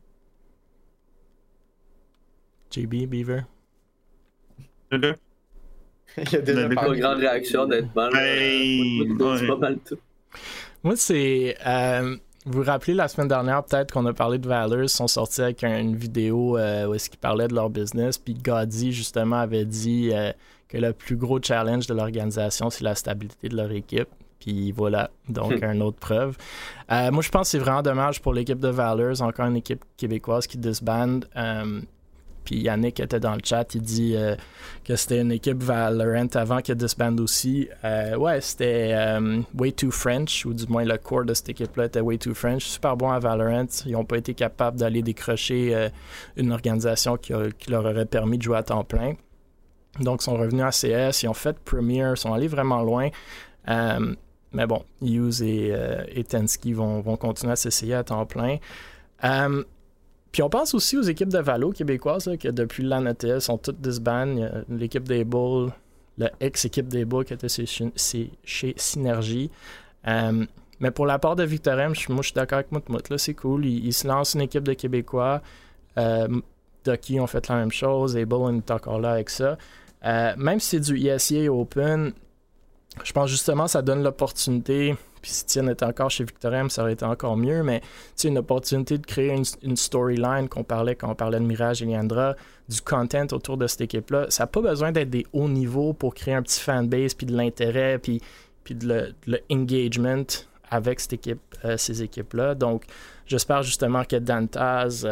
JB, Beaver. Il y a déjà pas de grande réaction d'être mal. C'est pas mal tout. Moi, c'est... vous vous rappelez, la semaine dernière, peut-être qu'on a parlé de Valor, ils sont sortis avec une vidéo où est-ce qu'ils parlaient de leur business, puis Gaudi, justement, avait dit que le plus gros challenge de l'organisation, c'est la stabilité de leur équipe. Puis voilà, donc une autre preuve. Moi, je pense que c'est vraiment dommage pour l'équipe de Valor, c'est encore une équipe québécoise qui disbande. Puis Yannick était dans le chat, il dit que c'était une équipe Valorant avant que disband aussi. Ouais, c'était Way Too French, ou du moins le core de cette équipe-là était Way Too French. Super bon à Valorant. Ils n'ont pas été capables d'aller décrocher une organisation qui leur aurait permis de jouer à temps plein. Donc, ils sont revenus à CS, ils ont fait Premier, ils sont allés vraiment loin. Mais bon, Hughes et Tensky vont continuer à s'essayer à temps plein. Puis on pense aussi aux équipes de Valo québécoises là, que depuis l'ANATS sont toutes disband. L'équipe d'Able, la ex-équipe d'Able qui était chez Synergie. Mais pour la part de Victorem, moi je suis d'accord avec Moutmout. Là, c'est cool. Il se lance une équipe de Québécois. Ducky ont fait la même chose. Able on est encore là avec ça. Même si c'est du ESEA Open, je pense justement que ça donne l'opportunité. Puis si Tien était encore chez Victorem, ça aurait été encore mieux, mais une opportunité de créer une storyline quand on parlait de Mirage et Liandra, du content autour de cette équipe-là. Ça n'a pas besoin d'être des hauts niveaux pour créer un petit fanbase, puis de l'intérêt, puis de l'engagement avec ces équipes-là. Donc, j'espère justement que Dantaz,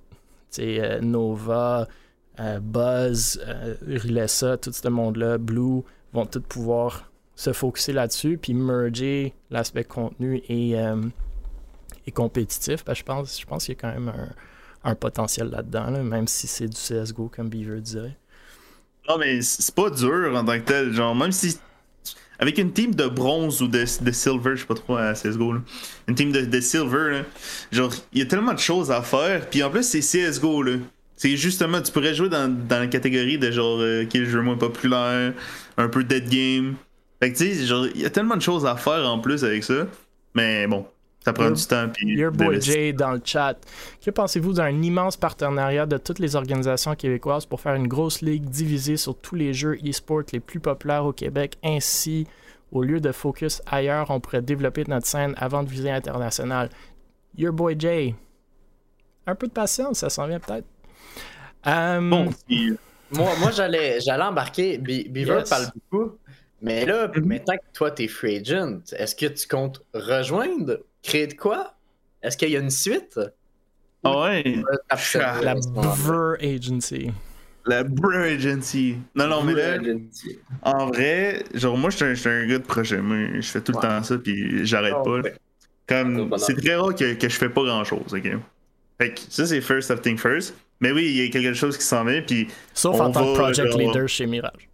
Nova, Buzz, Rilessa, tout ce monde-là, Blue, vont tous pouvoir se focusser là-dessus, puis merger l'aspect contenu et compétitif. Je pense qu'il y a quand même un potentiel là-dedans, là, même si c'est du CSGO, comme Beaver dirait. Non, mais c'est pas dur en tant que tel. Genre, même si... Avec une team de bronze ou de silver, je sais pas trop à CSGO, là. Une team de silver, là, genre, il y a tellement de choses à faire. Puis en plus, c'est CSGO, là. C'est justement, tu pourrais jouer dans la catégorie de genre, le jeu moins populaire, un peu dead game. Fait que tu sais, genre, il y a tellement de choses à faire en plus avec ça. Mais bon, ça prend du temps. Puis Your boy Jay dans le chat. Que pensez-vous d'un immense partenariat de toutes les organisations québécoises pour faire une grosse ligue divisée sur tous les jeux e-sport les plus populaires au Québec? Ainsi, au lieu de focus ailleurs, on pourrait développer notre scène avant de viser international. Your boy Jay. Un peu de patience, ça s'en vient peut-être. Bon, Moi j'allais embarquer. Beaver Yes. parle beaucoup. Mais là, maintenant que toi, t'es free agent, est-ce que tu comptes rejoindre? Créer de quoi? Est-ce qu'il y a une suite? Ah ouais. La Beaver Agency. La Brew Agency. Non, mais là, en vrai, genre, moi, je suis un gars de projet. Moi, je fais tout le temps ça, puis j'arrête pas. ouais. Comme, c'est très rare que je fais pas grand-chose, ok? Fait que ça, c'est first of thing first. Mais oui, il y a quelque chose qui s'en vient, puis... Sauf en tant que project leader chez Mirage.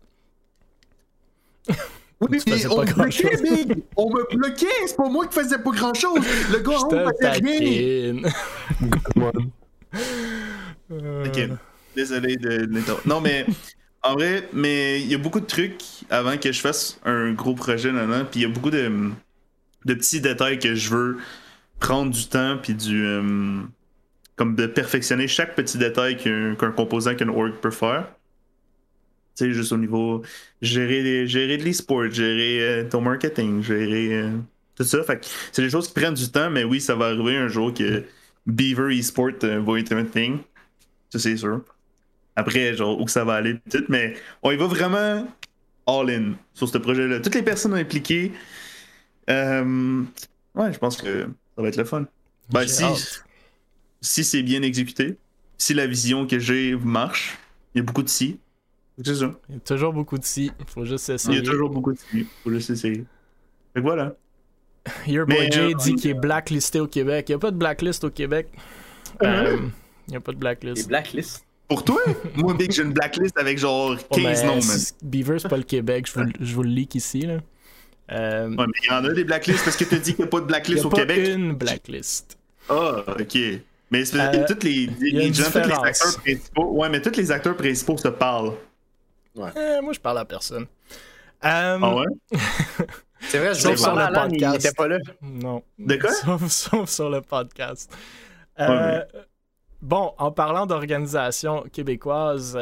Oui, Tu faisais mais pas on me grand-chose. bloquait, Big! On me bloquait! C'est pas moi qui faisais pas grand-chose! Le gars en haut Je te faisait rien! taquine. Ok, désolé de l'interrompre. Non, mais en vrai, mais il y a beaucoup de trucs avant que je fasse un gros projet là-dedans, puis il y a beaucoup de petits détails que je veux prendre du temps, puis comme de perfectionner chaque petit détail qu'un composant qu'un org peut faire. Tu sais, juste au niveau gérer de l'e-sport, gérer ton marketing, gérer tout ça. Fait que c'est des choses qui prennent du temps, mais oui, ça va arriver un jour que Beaver eSport va être un thing. Ça, c'est sûr. Après, genre, où que ça va aller, tout, mais on y va vraiment all-in sur ce projet-là. Toutes les personnes impliquées, ouais, je pense que ça va être le fun. Ben, J'ai hâte. si c'est bien exécuté, si la vision que j'ai marche, il y a beaucoup de si. C'est ça. Il y a toujours beaucoup de si. Il faut juste Il y essayer. a toujours beaucoup de si. Il faut juste essayer. Fait que voilà. Your boy Mais, Jay dit qu'il est blacklisté au Québec. Il n'y a pas de blacklist au Québec. Il n'y a pas de Les blacklist. blacklists. Pour toi, moi, Big, j'ai une blacklist avec genre 15 Oh, mais noms, man. Beaver, c'est pas le Québec. Je vous le leak ici. Là. Ouais, mais il y en a des blacklists parce que tu dis qu'il n'y a pas de Il blacklist n'y a au pas Québec. une blacklist. Ah, ok. Mais c'est tous il y a une tous les différence. acteurs principaux. Ouais, mais tous les acteurs principaux se parlent. Moi, je parle à personne. Ah ouais? C'est vrai, je Sauf l'ai sur parlé le à Alan, il podcast. était pas là. Non. De quoi? Sauf sur le podcast. Ouais, Bon, en parlant d'organisation québécoise,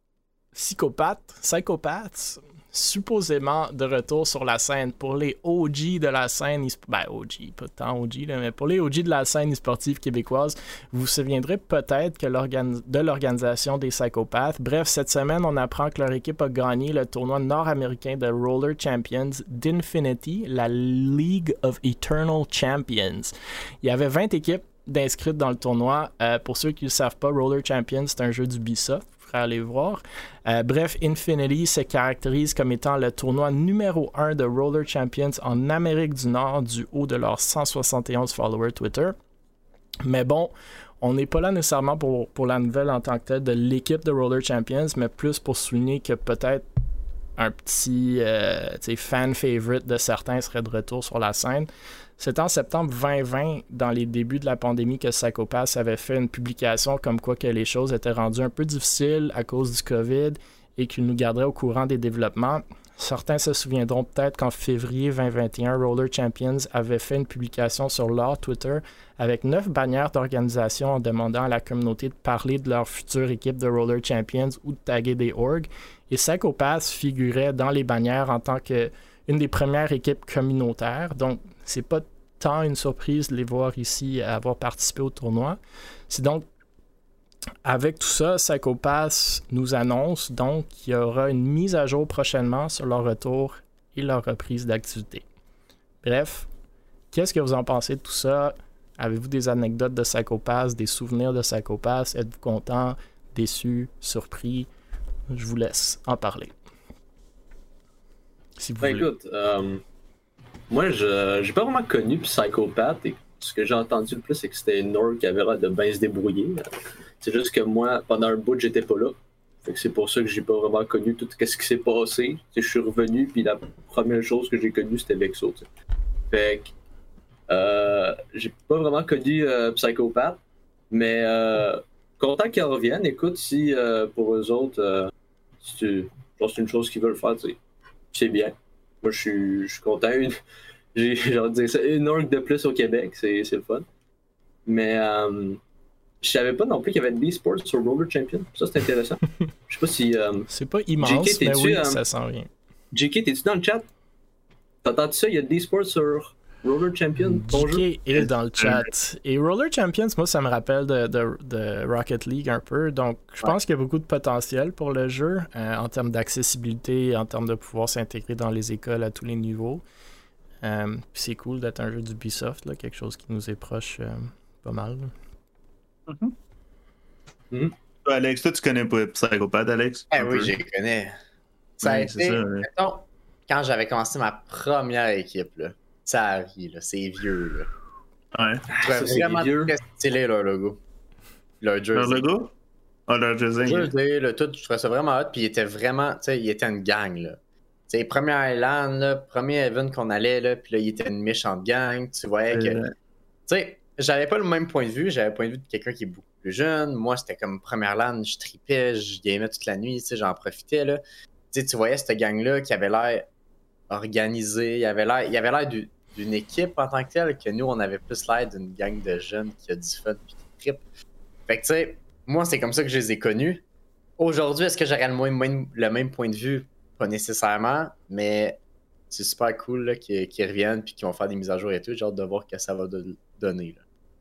Psychopathes, supposément de retour sur la scène. Pour les OG de la scène, OG, pas tant OG, là, mais pour les OG de la scène e-sportive québécoise, vous vous souviendrez peut-être que de l'organisation des Psychopathes. Bref, cette semaine, on apprend que leur équipe a gagné le tournoi nord-américain de Roller Champions d'Infinity, la League of Eternal Champions. Il y avait 20 équipes d'inscrites dans le tournoi. Pour ceux qui ne le savent pas, Roller Champions, c'est un jeu d'Ubisoft. Aller voir. Bref, Infinity se caractérise comme étant le tournoi numéro 1 de Roller Champions en Amérique du Nord du haut de leurs 171 followers Twitter. Mais bon, on n'est pas là nécessairement pour la nouvelle en tant que telle de l'équipe de Roller Champions, mais plus pour souligner que peut-être un petit fan favorite de certains serait de retour sur la scène. C'est en septembre 2020, dans les débuts de la pandémie, que Psychopath avait fait une publication comme quoi que les choses étaient rendues un peu difficiles à cause du COVID et qu'il nous garderait au courant des développements. Certains se souviendront peut-être qu'en février 2021, Roller Champions avait fait une publication sur leur Twitter avec 9 bannières d'organisation en demandant à la communauté de parler de leur future équipe de Roller Champions ou de taguer des orgs. Et Psychopath figurait dans les bannières en tant qu'une des premières équipes communautaires. Donc, c'est pas tant une surprise de les voir ici à avoir participé au tournoi. C'est donc, avec tout ça, Psychopath nous annonce donc qu'il y aura une mise à jour prochainement sur leur retour et leur reprise d'activité. Bref, qu'est-ce que vous en pensez de tout ça? Avez-vous des anecdotes de Psychopath, des souvenirs de Psychopath? Êtes-vous content, déçu, surpris? Je vous laisse en parler. Si vous voulez. Écoute, moi, j'ai pas vraiment connu Psychopath et ce que j'ai entendu le plus, c'est que c'était une org qui avait l'air de bien se débrouiller. C'est juste que moi, pendant un bout, j'étais pas là. Fait que c'est pour ça que j'ai pas vraiment connu tout ce qui s'est passé. Je suis revenu, puis la première chose que j'ai connue, c'était Vexo. T'sais. Fait que j'ai pas vraiment connu Psychopath, mais content qu'ils reviennent. Écoute, si pour eux autres, c'est une chose qu'ils veulent faire, tu sais, c'est bien. Moi, je suis content. J'ai envie de dire ça, une org de plus au Québec, c'est le fun. Mais je savais pas non plus qu'il y avait de l'e-sport sur Roller Champion. Ça, c'est intéressant. Je sais pas si. C'est pas immense, JK, mais oui, ça sent rien. JK, t'es-tu dans le chat? T'entends-tu ça? Il y a de l'e-sport sur Roller Champion. JK est dans le chat. Et Roller Champions, moi, ça me rappelle de Rocket League un peu. Donc, je pense qu'il y a beaucoup de potentiel pour le jeu en termes d'accessibilité, en termes de pouvoir s'intégrer dans les écoles à tous les niveaux. Puis c'est cool d'être un jeu d'Ubisoft, là, quelque chose qui nous est proche pas mal. Alex, toi, tu connais pas Psychopath, Alex? Oui, je les connais. Ça a été, mettons, quand j'avais commencé ma première équipe, là, ça arrive, là, c'est vieux. Là. Ouais. Je trouvais vraiment très stylé leur logo. Leur jersey. Leur logo? Ah, leur jersey. Jersey, tout, je trouvais ça vraiment hot, puis il était vraiment, tu sais, il était une gang, là. Tu sais, premier Island, là, premier event qu'on allait, là, puis là, il était une méchante gang, tu voyais que... Tu sais, j'avais pas le même point de vue, j'avais le point de vue de quelqu'un qui est beaucoup plus jeune. Moi, c'était comme première LAN, je tripais, je gamais toute la nuit, tu sais, j'en profitais, là. Tu sais, tu voyais cette gang-là qui avait l'air organisée, il avait l'air d'une équipe en tant que telle, que nous, on avait plus l'air d'une gang de jeunes qui a du fun puis qui trippe. Fait que, tu sais, moi, c'est comme ça que je les ai connus. Aujourd'hui, est-ce que j'aurais le même point de vue? Pas nécessairement, mais c'est super cool là, qu'ils reviennent puis qu'ils vont faire des mises à jour et tout. J'ai hâte de voir ce que ça va donner.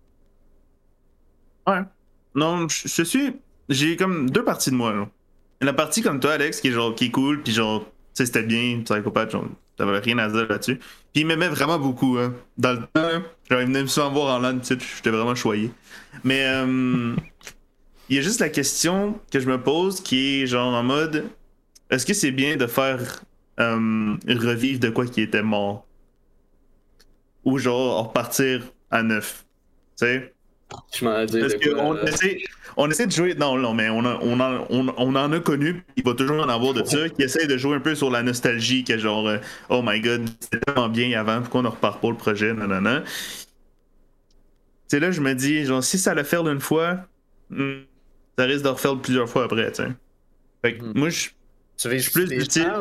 Là. Ouais. Non, j'ai comme deux parties de moi. Là. La partie comme toi, Alex, qui est cool, puis genre, tu sais, c'était bien, Psychopath, genre, t'avais rien à dire là-dessus. Puis il m'aimait vraiment beaucoup. Hein. Dans le temps, genre, il venait me souvent voir en LAN, j'étais vraiment choyé. Mais il y a juste la question que je me pose qui est genre en mode. Est-ce que c'est bien de faire revivre de quoi qui était mort? Ou genre repartir à neuf? Tu sais? Je m'en dis Parce qu'on essaie de jouer. Non, mais on en a connu, il va toujours en avoir de ça, qui essaie de jouer un peu sur la nostalgie, que genre, oh my god, c'était tellement bien avant, pourquoi on ne repart pas le projet, nanana. Tu sais, là, je me dis, genre, si ça le fait d'une fois, ça risque de refaire plusieurs fois après, tu sais. Fait que moi, tu vises plus du style.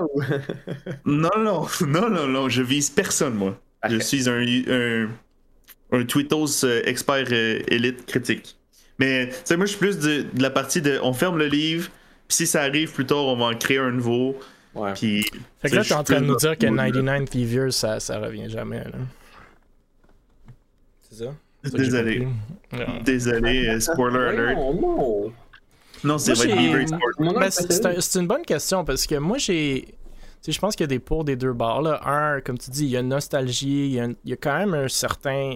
Non, je vise personne, moi. Okay. Je suis un tweetos expert élite critique. Mais, tu sais, moi, je suis plus de la partie de on ferme le livre, puis si ça arrive plus tard, on va en créer un nouveau. Ouais. Puis, fait que là, t'es en train de nous dire que 99 Thieviers, ça revient jamais, là. C'est ça? Désolé, spoiler alert. Non, c'est vrai. C'est une bonne question parce que moi, je pense qu'il y a des pour des deux bords. Là. Un, comme tu dis, il y a une nostalgie, il y a quand même un certain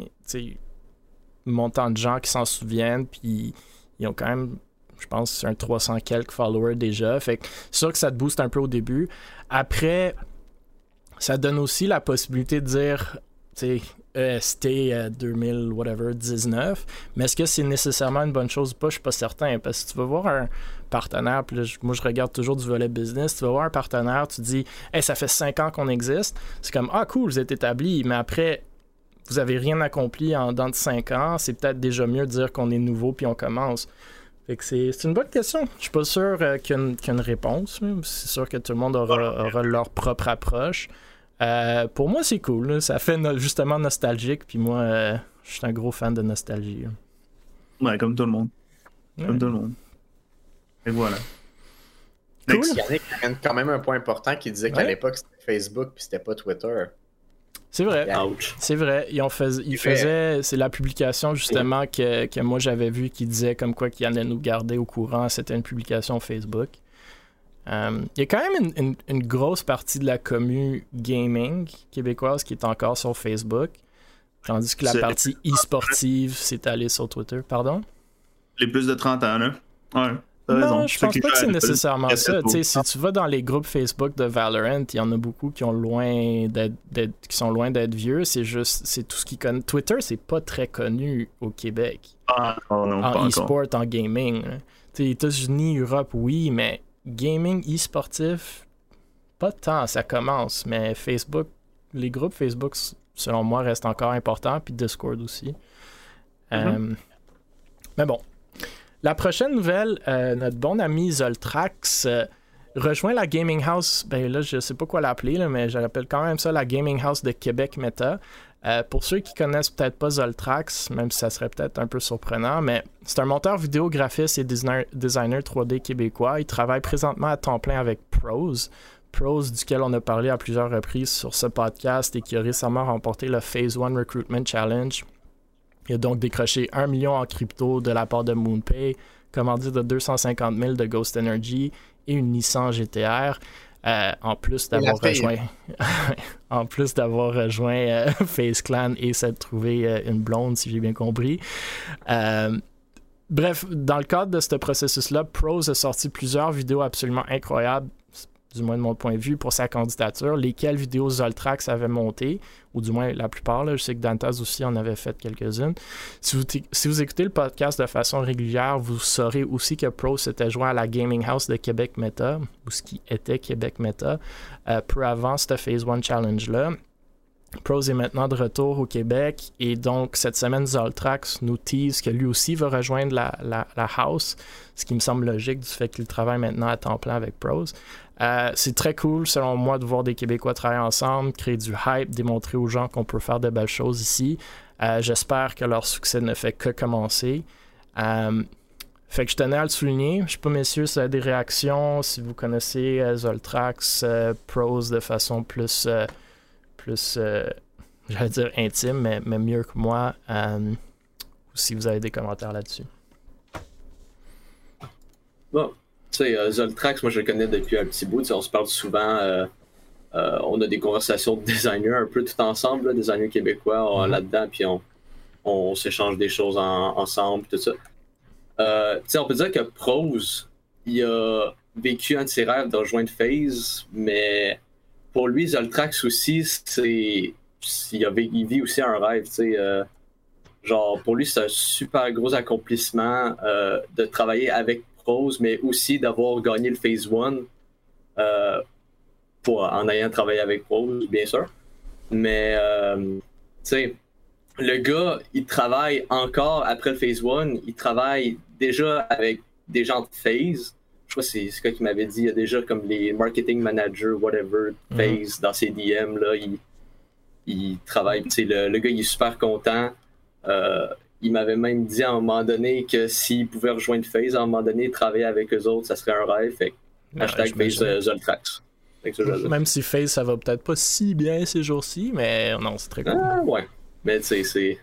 montant de gens qui s'en souviennent, puis ils ont quand même, je pense, un 300 quelques followers déjà. Fait que c'est sûr que ça te booste un peu au début. Après, ça donne aussi la possibilité de dire, tu sais, EST 2019, mais est-ce que c'est nécessairement une bonne chose ou pas? Je suis pas certain, parce que tu vas voir un partenaire, puis là, moi je regarde toujours du volet business, tu vas voir un partenaire, tu dis « Hey, ça fait 5 ans qu'on existe », c'est comme « Ah cool, vous êtes établi », mais après, vous avez rien accompli dans 5 ans, c'est peut-être déjà mieux de dire qu'on est nouveau puis on commence. Fait que c'est une bonne question. Je suis pas sûr qu'il y a une réponse, c'est sûr que tout le monde aura leur propre approche. Pour moi, c'est cool. Là. Ça fait justement nostalgique. Puis moi, je suis un gros fan de nostalgie. Ouais, comme tout le monde. Ouais. Comme tout le monde. Et voilà. Cool. Il y a quand même un point important qui disait qu'à l'époque, c'était Facebook puis c'était pas Twitter. C'est vrai. C'est vrai. Ils faisaient... C'est la publication, justement, que moi, j'avais vu qui disait comme quoi qu'ils allaient nous garder au courant. C'était une publication Facebook. Il y a quand même une grosse partie de la commu gaming québécoise qui est encore sur Facebook, tandis que la partie e-sportive s'est allée sur Twitter. Pardon? Les plus de 30 ans, là. Ouais, t'as non, raison. je pense pas que c'est nécessairement ça. Si tu vas dans les groupes Facebook de Valorant, il y en a beaucoup qui sont loin d'être vieux. C'est tout ce qu'ils connaissent. Twitter, c'est pas très connu au Québec. En e-sport, en gaming. États-Unis, Europe, oui, mais gaming e-sportif, pas tant, ça commence, mais Facebook, les groupes Facebook, selon moi, restent encore importants, puis Discord aussi. Mais bon. La prochaine nouvelle, notre bon ami Zoltrax rejoint la Gaming House. Ben là, je sais pas quoi l'appeler, là, mais je l'appelle quand même ça la Gaming House de Québec Meta. Pour ceux qui connaissent peut-être pas Zoltrax, même si ça serait peut-être un peu surprenant, mais c'est un monteur vidéo, graphiste et designer 3D québécois. Il travaille présentement à temps plein avec Prose. Prose, duquel on a parlé à plusieurs reprises sur ce podcast et qui a récemment remporté le Phase 1 Recruitment Challenge. Il a donc décroché 1 million en crypto de la part de MoonPay, commandé de 250 000 de Ghost Energy et une Nissan GT-R. En plus d'avoir rejoint FaZe Clan et s'être trouvé une blonde, si j'ai bien compris. Bref, dans le cadre de ce processus-là, Prose a sorti plusieurs vidéos absolument incroyables, du moins de mon point de vue, pour sa candidature, lesquelles vidéos Zoltrax avait montées, ou du moins la plupart. Là, je sais que Dantas aussi en avait fait quelques-unes. Si vous écoutez le podcast de façon régulière, vous saurez aussi que Prose s'était joint à la Gaming House de Québec Meta, ou ce qui était Québec Meta, peu avant ce Phase 1 Challenge-là. Prose est maintenant de retour au Québec et donc cette semaine Zoltrax nous tease que lui aussi va rejoindre la house, ce qui me semble logique du fait qu'il travaille maintenant à temps plein avec Prose. C'est très cool selon moi de voir des Québécois travailler ensemble, créer du hype, démontrer aux gens qu'on peut faire de belles choses ici. J'espère que leur succès ne fait que commencer. Fait que je tenais à le souligner. Je ne sais pas, messieurs, si vous avez des réactions, si vous connaissez Zoltrax, Prose de façon plus j'allais dire intime, mais mieux que moi, ou si vous avez des commentaires là-dessus. Bon, tu sais, Zoltrax, moi je le connais depuis un petit bout, on se parle souvent, on a des conversations de designers un peu tout ensemble, là, designers québécois là-dedans, puis on s'échange des choses ensemble, tout ça. Tu sais, on peut dire que Prose, il a vécu un de ses rêves de rejoindre FaZe, mais pour lui, Zoltrax aussi, il vit aussi un rêve, tu sais. Genre, pour lui, c'est un super gros accomplissement de travailler avec Prose, mais aussi d'avoir gagné le Phase 1 en ayant travaillé avec Prose, bien sûr. Mais, tu sais, le gars, il travaille encore après le Phase 1, il travaille déjà avec des gens de FaZe. Je crois que c'est ce gars qui m'avait dit, il y a déjà comme les marketing managers, whatever, FaZe, dans ses DM, là, il travaille. Le gars, il est super content. Il m'avait même dit à un moment donné que s'il pouvait rejoindre FaZe, à un moment donné, travailler avec eux autres, ça serait un rêve. Fait hashtag FaZe Zoltrax. Même si FaZe, ça va peut-être pas si bien ces jours-ci, mais non, c'est très cool. Ouais, mais tu sais, c'est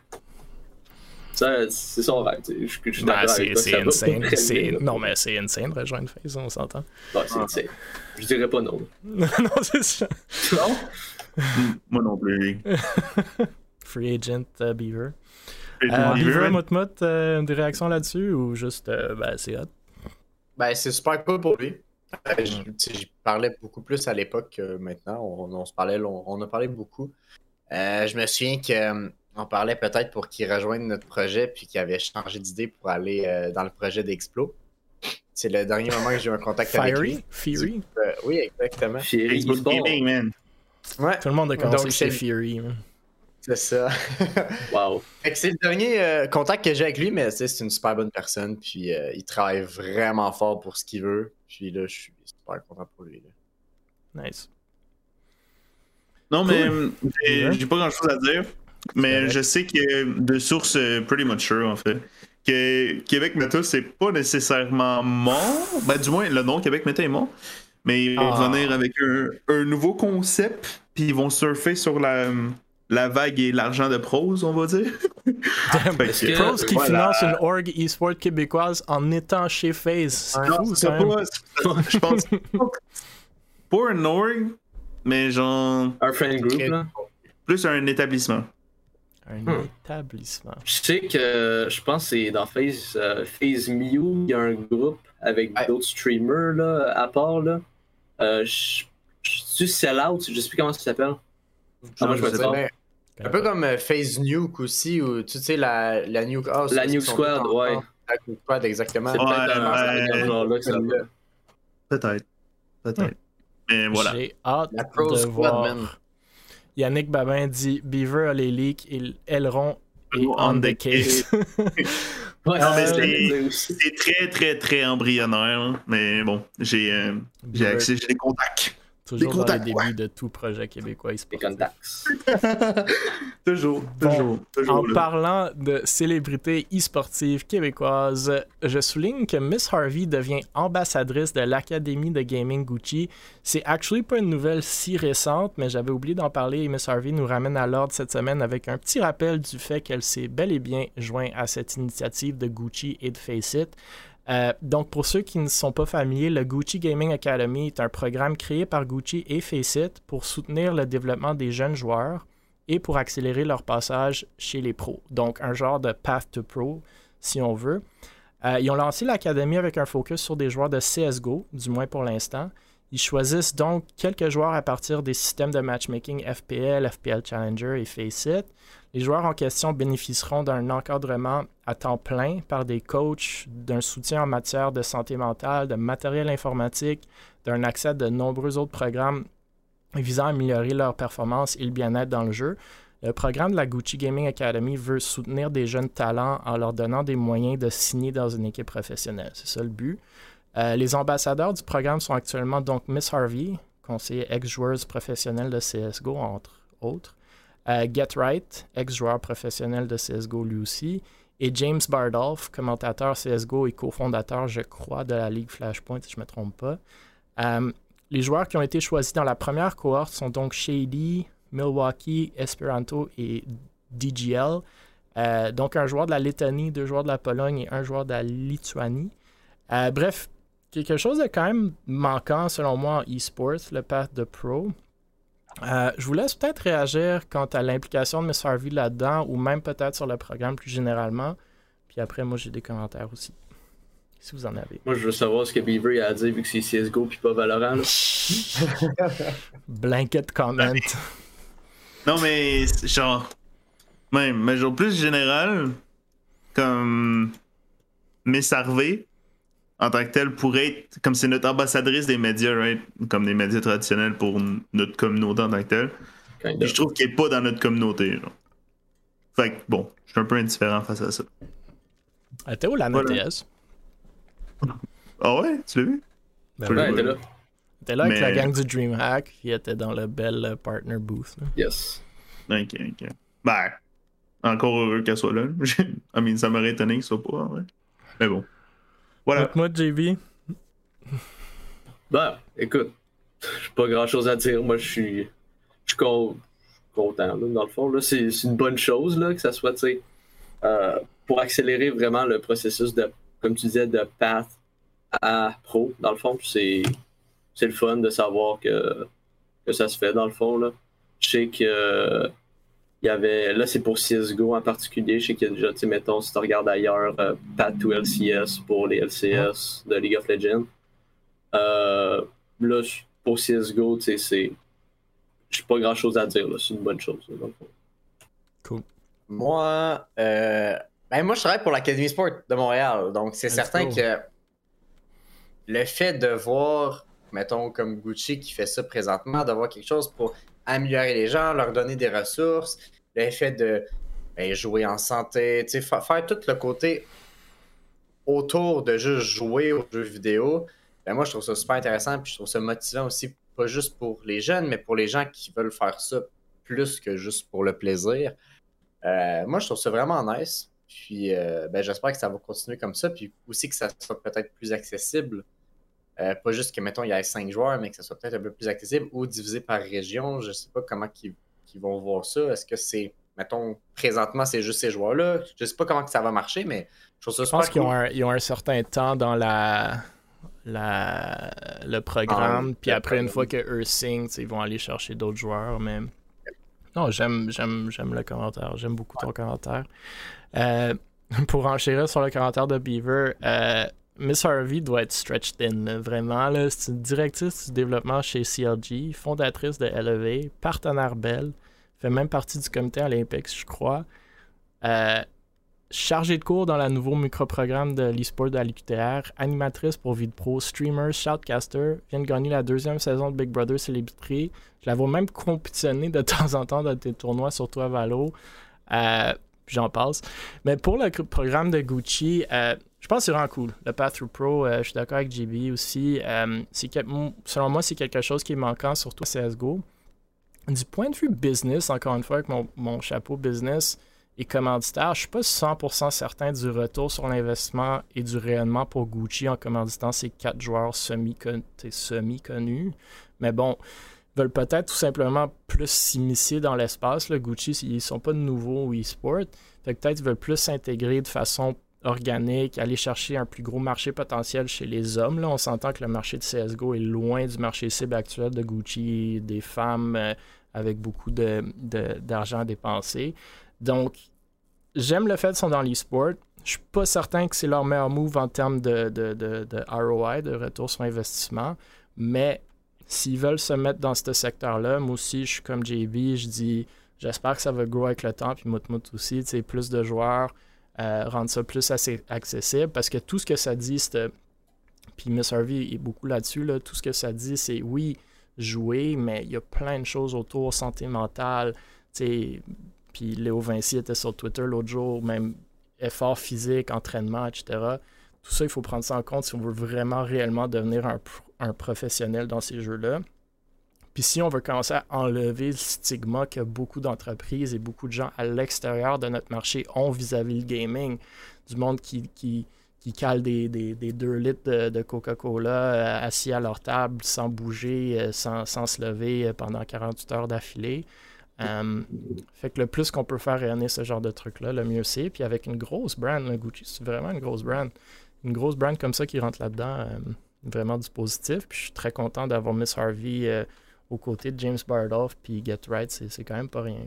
son rêve. Je suis d'accord avec toi, c'est insane. Non, mais c'est insane de rejoindre FaZe, on s'entend. Ouais, c'est insane. Je dirais pas non. Non, c'est ça. Non? Moi non plus. Free Agent Beaver. Beaver, Moutmout, des réactions là-dessus ou juste c'est hot? Ben, c'est super cool pour lui. Je parlais beaucoup plus à l'époque que maintenant. On a parlé beaucoup. Je me souviens qu'on parlait peut-être pour qu'il rejoigne notre projet puis qu'il avait changé d'idée pour aller dans le projet d'Explo. C'est le dernier moment que j'ai eu un contact avec lui. Fury? Oui, exactement. Fury Gaming, man. Ouais. Tout le monde a commencé chez Fury. Man. C'est ça. Wow. Fait que c'est le dernier contact que j'ai avec lui, mais c'est une super bonne personne. Puis il travaille vraiment fort pour ce qu'il veut. Puis là, je suis super content pour lui. Là. Nice. Non, mais j'ai pas grand chose à dire. Mais je sais que de sources pretty much sure, en fait, que Québec Meta, c'est pas nécessairement mort. Ben, du moins, le nom Québec Meta est mort. Mais ils vont revenir avec un nouveau concept. Puis ils vont surfer sur la vague et l'argent de Prose, on va dire. Prose qui finance une org e-sport québécoise en étant chez FaZe. C'est fou, c'est pas, je pense pas un org, mais genre... Un friend group, là. Plus un établissement. Un établissement. Je sais que, je pense que c'est dans FaZe Mew, il y a un groupe avec d'autres streamers, là, à part, là. Je suis Sellout, je sais plus comment ça s'appelle. Moi, je me un peu comme FaZe Nuke aussi, ou tu sais, la Nuke House. La Nuke Squad, ouais. La Nuke Squad, exactement. C'est peut-être genre-là que ça va. Peut-être. Mais voilà. J'ai hâte de voir. Yannick Babin dit Beaver a les leaks et aileront et on the case. Ouais, Non, mais c'est c'est très, très, très embryonnaire. Hein. Mais bon, j'ai accès, j'ai des contacts. Toujours Des dans les contacts, débuts de tout projet québécois des e-sportif. contacts. Toujours. En là. parlant de célébrités e-sportives québécoises, je souligne que Miss Harvey devient ambassadrice de l'Académie de gaming Gucci. C'est actually pas une nouvelle si récente, mais j'avais oublié d'en parler et Miss Harvey nous ramène à l'ordre cette semaine avec un petit rappel du fait qu'elle s'est bel et bien joint à cette initiative de Gucci et de Faceit. Donc, pour ceux qui ne sont pas familiers, le Gucci Gaming Academy est un programme créé par Gucci et Faceit pour soutenir le développement des jeunes joueurs et pour accélérer leur passage chez les pros. Donc, un genre de path to pro, si on veut. Ils ont lancé l'académie avec un focus sur des joueurs de CSGO, du moins pour l'instant. Ils choisissent donc quelques joueurs à partir des systèmes de matchmaking FPL, FPL Challenger et Faceit. Les joueurs en question bénéficieront d'un encadrement à temps plein par des coachs, d'un soutien en matière de santé mentale, de matériel informatique, d'un accès à de nombreux autres programmes visant à améliorer leur performance et le bien-être dans le jeu. Le programme de la Gucci Gaming Academy veut soutenir des jeunes talents en leur donnant des moyens de signer dans une équipe professionnelle. C'est ça le but. Les ambassadeurs du programme sont actuellement donc Miss Harvey, conseiller ex-joueuse professionnelle de CSGO, entre autres, Get Right, ex-joueur professionnel de CSGO lui aussi, et James Bardolph, commentateur CSGO et cofondateur, je crois, de la Ligue Flashpoint, si je ne me trompe pas. Les joueurs qui ont été choisis dans la première cohorte sont donc Shady, Milwaukee, Esperanto et DGL. Donc un joueur de la Lettonie, 2 joueurs de la Pologne et 1 joueur de la Lituanie. Bref, quelque chose de quand même manquant selon moi en e-sports, le path de pro. Je vous laisse peut-être réagir quant à l'implication de Miss Harvey là-dedans ou même peut-être sur le programme plus généralement. Puis après, moi, j'ai des commentaires aussi. Si vous en avez. Moi, je veux savoir ce que Beaver a à dire vu que c'est CSGO puis pas Valorant. Là. Blanket comment. Non, mais genre. Mais genre plus général, comme Miss Harvey, en tant que telle, pourrait être, comme c'est notre ambassadrice des médias, right? Comme des médias traditionnels pour notre communauté en tant que telle. Et je trouve qu'elle n'est pas dans notre communauté. Genre. Fait que bon, je suis un peu indifférent face à ça. Elle était où la NTS? Ah ouais? Tu l'as vu? Ben Ouais, t'es là. Elle était là avec Mais- la gang du DreamHack, puis elle était dans le bel partner booth. Là. Yes. Ok. Ben, encore heureux qu'elle soit là. I mean, ça m'aurait étonné qu'elle soit pas, en vrai. Mais bon. Voilà. Moi, JB. Ben, écoute, j'ai pas grand chose à dire. Moi, je suis content, là, dans le fond. Là. C'est une bonne chose là, que ça soit, tu sais, pour accélérer vraiment le processus de, comme tu disais, de path à pro, dans le fond. C'est le fun de savoir que ça se fait, dans le fond. Là. Je sais que il y avait, là c'est pour CSGO en particulier, je sais qu'il y a déjà, tu sais, mettons, si tu regardes ailleurs, Path to LCS pour les LCS de League of Legends. Là, pour CSGO, tu sais, j'ai pas grand chose à dire, là, c'est une bonne chose, là, dans le fond. Cool. Moi, moi, je travaille pour l'Académie Sport de Montréal, donc c'est certain go. que le fait de voir, mettons, comme Gucci qui fait ça présentement, d'avoir quelque chose pour améliorer les gens, leur donner des ressources, le fait de jouer en santé, faire tout le côté autour de juste jouer aux jeux vidéo, moi je trouve ça super intéressant, puis je trouve ça motivant aussi, pas juste pour les jeunes, mais pour les gens qui veulent faire ça plus que juste pour le plaisir. Moi je trouve ça vraiment nice, puis j'espère que ça va continuer comme ça, puis aussi que ça soit peut-être plus accessible. Pas juste que, mettons, il y a 5 joueurs, mais que ça soit peut-être un peu plus accessible ou divisé par région. Je sais pas comment ils vont voir ça. Est-ce que c'est, mettons, présentement, c'est juste ces joueurs-là? Je sais pas comment que ça va marcher, mais je trouve ça Je pense super cool. qu'ils ont un certain temps dans le programme, puis après, une fois que eux signent, ils vont aller chercher d'autres joueurs. Mais non, j'aime le commentaire. J'aime beaucoup ton commentaire. Pour enchérir sur le commentaire de Beaver, Miss Harvey doit être stretched in, là, vraiment. Là, c'est une directrice du développement chez CLG, fondatrice de Elevate, partenaire Bell, fait même partie du comité Olympique, je crois. Chargée de cours dans le nouveau microprogramme de l'e-sport de la l'UQTR, animatrice pour VidPro, streamer, shoutcaster, vient de gagner la 2e saison de Big Brother Célébrité. Je la vois même compétitionner de temps en temps dans des tournois, surtout à Valo. puis j'en passe. Mais pour le programme de Gucci, je pense que c'est vraiment cool. Le Path-Through Pro, je suis d'accord avec JB aussi. Selon moi, c'est quelque chose qui est manquant, surtout à CSGO. Du point de vue business, encore une fois, avec mon chapeau business et commanditaire, je suis pas 100% certain du retour sur l'investissement et du rayonnement pour Gucci en commanditant ces 4 joueurs semi-connus. Mais bon, ils veulent peut-être tout simplement plus s'immiscer dans l'espace. Là. Gucci, ils sont pas de nouveaux e-sport. Fait que peut-être ils veulent plus s'intégrer de façon organique, aller chercher un plus gros marché potentiel chez les hommes. Là, on s'entend que le marché de CSGO est loin du marché cible actuel de Gucci, des femmes avec beaucoup d'argent à dépenser. Donc, j'aime le fait qu'ils sont dans l'e-sport. Je suis pas certain que c'est leur meilleur move en termes de ROI, de retour sur investissement, mais s'ils veulent se mettre dans ce secteur-là, moi aussi, je suis comme JB, je dis, j'espère que ça va grow avec le temps, puis Moutmout aussi, tu sais, plus de joueurs, rendre ça plus assez accessible, parce que tout ce que ça dit, puis Miss Harvey est beaucoup là-dessus, là, tout ce que ça dit, c'est oui, jouer, mais il y a plein de choses autour, santé mentale, tu sais, puis Léo Vinci était sur Twitter l'autre jour, même effort physique, entraînement, etc. Tout ça, il faut prendre ça en compte si on veut vraiment réellement devenir un professionnel dans ces jeux-là. Puis si on veut commencer à enlever le stigma que beaucoup d'entreprises et beaucoup de gens à l'extérieur de notre marché ont vis-à-vis le gaming, du monde qui cale des 2 litres de Coca-Cola assis à leur table sans bouger, sans se lever pendant 48 heures d'affilée. Fait que le plus qu'on peut faire rayonner ce genre de truc-là, le mieux c'est. Puis avec une grosse brand, le Gucci, c'est vraiment une grosse brand. Une grosse brand comme ça qui rentre là-dedans, vraiment du positif. Puis je suis très content d'avoir Miss Harvey aux côtés de James Bardolph puis Get Right, c'est quand même pas rien.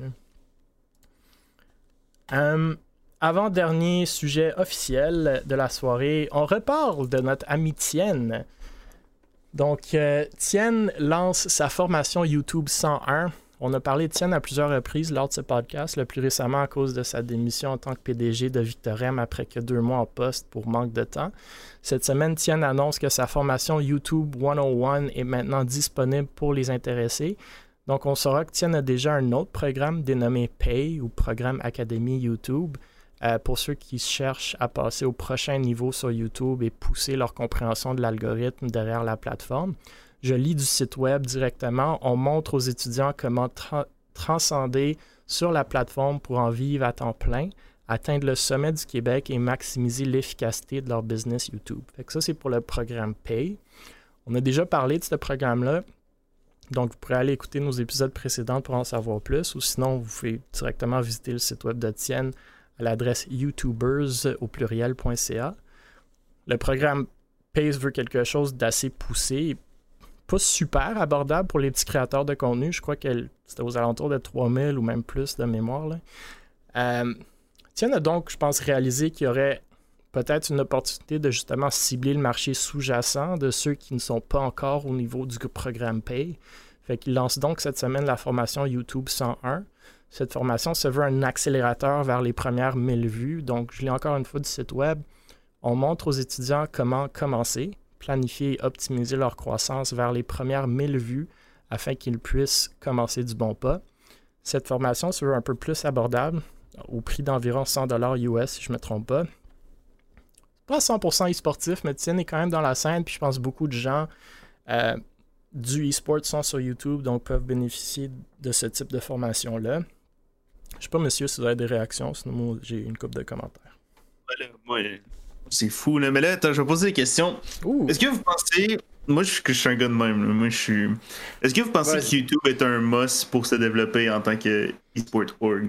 Avant-dernier sujet officiel de la soirée, on reparle de notre ami Tienne. Donc, Tienne lance sa formation YouTube 101. On a parlé de Tienne à plusieurs reprises lors de ce podcast, le plus récemment à cause de sa démission en tant que PDG de Victorem après que 2 mois en poste pour manque de temps. Cette semaine, Tienne annonce que sa formation YouTube 101 est maintenant disponible pour les intéressés. Donc, on saura que Tienne a déjà un autre programme dénommé Pay ou Programme Académie YouTube pour ceux qui cherchent à passer au prochain niveau sur YouTube et pousser leur compréhension de l'algorithme derrière la plateforme. Je lis du site web directement. On montre aux étudiants comment transcender sur la plateforme pour en vivre à temps plein, atteindre le sommet du Québec et maximiser l'efficacité de leur business YouTube. Fait que ça, c'est pour le programme Pay. On a déjà parlé de ce programme-là. Donc, vous pourrez aller écouter nos épisodes précédents pour en savoir plus, ou sinon, vous pouvez directement visiter le site web de Tienne à l'adresse youtubers.ca. Le programme Pay veut quelque chose d'assez poussé, pas super abordable pour les petits créateurs de contenu. Je crois que c'était aux alentours de 3000 ou même plus de mémoire. Tienne a donc, je pense, réalisé qu'il y aurait peut-être une opportunité de justement cibler le marché sous-jacent de ceux qui ne sont pas encore au niveau du programme Pay. Fait qu'il lance donc cette semaine la formation YouTube 101. Cette formation se veut un accélérateur vers les premières 1000 vues. Donc, je lis encore une fois du site web. On montre aux étudiants comment commencer, planifier et optimiser leur croissance vers les premières 1000 vues afin qu'ils puissent commencer du bon pas. Cette formation se veut un peu plus abordable, au prix d'environ $100 US si je ne me trompe pas. Pas 100% e-sportif, mais Tienne est quand même dans la scène, puis je pense que beaucoup de gens du e-sport sont sur YouTube, donc peuvent bénéficier de ce type de formation-là. Je ne sais pas, monsieur, si vous avez des réactions, sinon moi, j'ai une couple de commentaires. Voilà, moi, c'est fou, là. Mais là, attends, je vais poser des questions. Ouh. Est-ce que vous pensez... Moi, je suis un gars de même. Là. Moi, je suis... Est-ce que vous pensez que YouTube est un must pour se développer en tant que e-sport org?